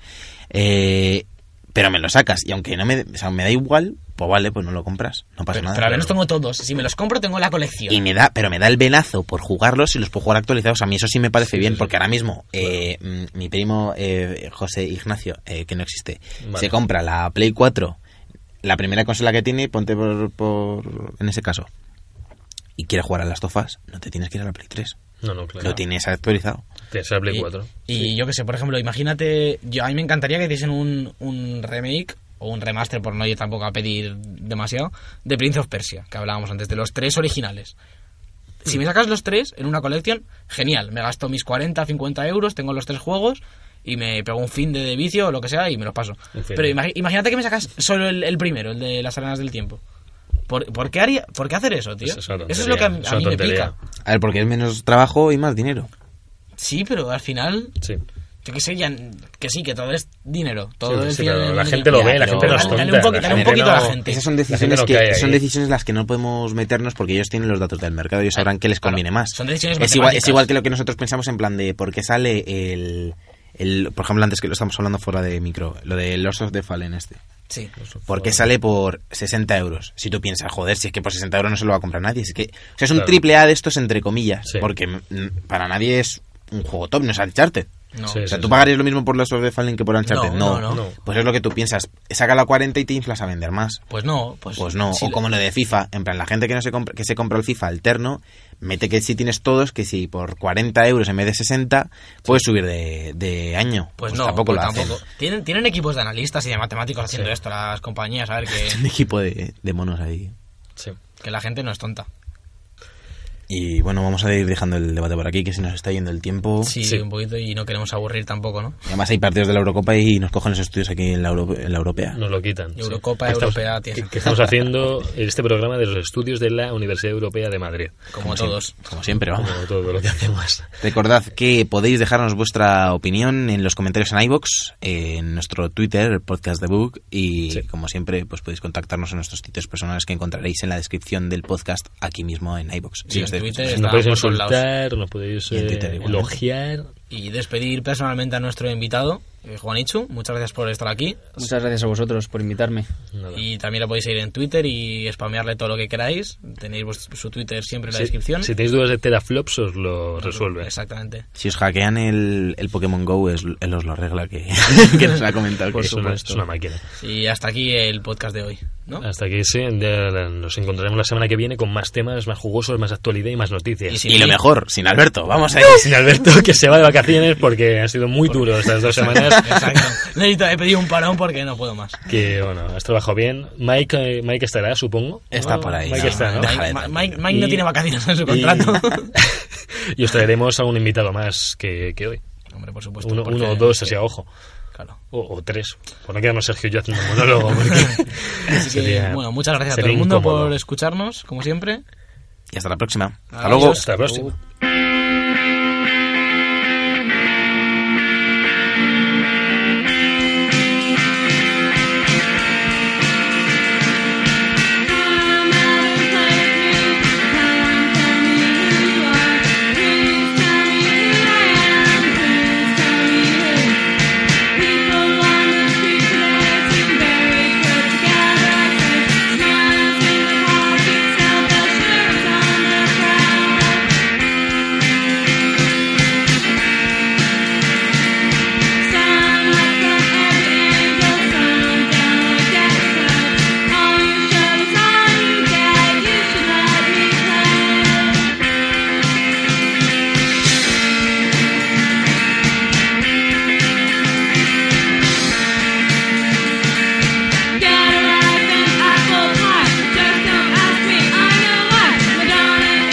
Pero me lo sacas, y aunque me da igual, pues vale, pues no lo compras, no pasa nada. Pero al menos tengo todos, si me los compro tengo la colección. Y me da el venazo por jugarlos y los puedo jugar actualizados. A mí eso sí me parece bien, porque ahora mismo mi primo José Ignacio, que no existe, se compra la Play 4, la primera consola que tiene, ponte por en ese caso, y quiere jugar a las tofas, no te tienes que ir a la Play 3. No, claro. Lo tienes actualizado. Tienes la Play 4. Y yo que sé, por ejemplo, imagínate... a mí me encantaría que hiciesen un remake o un remaster, por no ir tampoco a pedir demasiado, de Prince of Persia, que hablábamos antes, de los 3 originales. Si me sacas los 3 en una colección, genial. Me gasto mis 40, 50 euros, tengo los 3 juegos y me pego un fin de vicio o lo que sea y me los paso. Pero imagínate que me sacas solo el primero, el de las arenas del tiempo. ¿Por qué hacer eso, tío? Eso es lo que a mí me pica. A ver, porque es menos trabajo y más dinero. Sí, pero al final... Sí. Yo que sé, que todo es dinero. Todo sí, pero la gente lo ve, la gente no es tonta. Dale un poquito a la gente. Esas son decisiones las que no podemos meternos, porque ellos tienen los datos del mercado y ellos sabrán qué les conviene más. Son decisiones es igual que lo que nosotros pensamos en plan de por qué sale por ejemplo, antes que lo estamos hablando fuera de micro, lo de Lords of the Fallen Sí. ¿Por qué sale por 60 euros? Si tú piensas, joder, si es que por 60 euros no se lo va a comprar nadie. Es un triple A de estos entre comillas, porque para nadie es un juego top, no es Uncharted. No. O sea, ¿tú pagarías lo mismo por Lords of the Fallen que por Uncharted? No. Pues es lo que tú piensas. Sácalo a 40 y te inflas a vender más. Pues no. O como lo de FIFA. En plan, la gente que se compra el FIFA alterno, mete que si tienes todos, que si por 40 euros en vez de 60, puedes subir de año. Pues no, tampoco lo hacen. Tienen equipos de analistas y de matemáticos haciendo esto, las compañías, a ver que... Un equipo de monos ahí. Sí. Que la gente no es tonta. Y bueno, vamos a ir dejando el debate por aquí, que se nos está yendo el tiempo. Sí, un poquito, y no queremos aburrir tampoco, ¿no? Y además hay partidos de la Eurocopa y nos cogen los estudios aquí en la Europea. Nos lo quitan. Eurocopa, Europea, tío. Que estamos haciendo este programa de los estudios de la Universidad Europea de Madrid. Como todos. Como siempre, vamos. Como todo lo que hacemos. Recordad que podéis dejarnos vuestra opinión en los comentarios en iVoox, en nuestro Twitter, el Podcast The Book, y como siempre, pues podéis contactarnos en nuestros sitios personales que encontraréis en la descripción del podcast aquí mismo en iVoox. Sí, en Twitter nos podéis insultar, nos podéis elogiar. Y despedir personalmente a nuestro invitado, Juanichu, muchas gracias por estar aquí. Muchas gracias a vosotros por invitarme. Nada. Y también lo podéis seguir en Twitter y spamearle todo lo que queráis. Tenéis su Twitter siempre en la descripción. Si tenéis dudas de teraflops, os lo resuelve. Exactamente. Si os hackean el Pokémon GO, él os lo arregla, que, que nos ha comentado. Pues que es una máquina. Y hasta aquí el podcast de hoy, ¿no? Hasta aquí sí, nos encontraremos la semana que viene con más temas, más jugosos, más actualidad y más noticias. Y lo mejor, sin Alberto, vamos ahí. Sin Alberto, que se va de vacaciones porque ha sido muy duro estas 2 semanas. Exacto. He pedido un parón porque no puedo más. Que bueno, has trabajado bien. Mike estará, supongo. Está por ahí. Mike está, ¿no? Mike no tiene vacaciones en su contrato. Y os traeremos a un invitado más que hoy. Hombre, por supuesto. Uno o dos, así a ojo. Claro. O 3. Por no quedarnos Sergio y yo haciendo un monólogo. Porque Así que, bueno, muchas gracias a todo el mundo por escucharnos, como siempre. Y hasta la próxima. Hasta Adiós. luego. Hasta la próxima.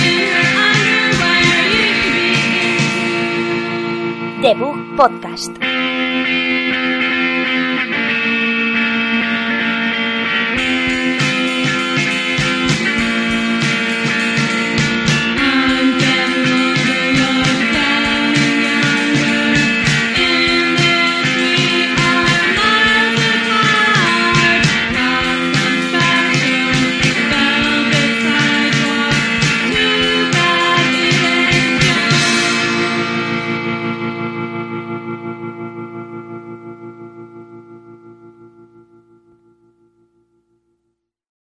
The Book Podcast.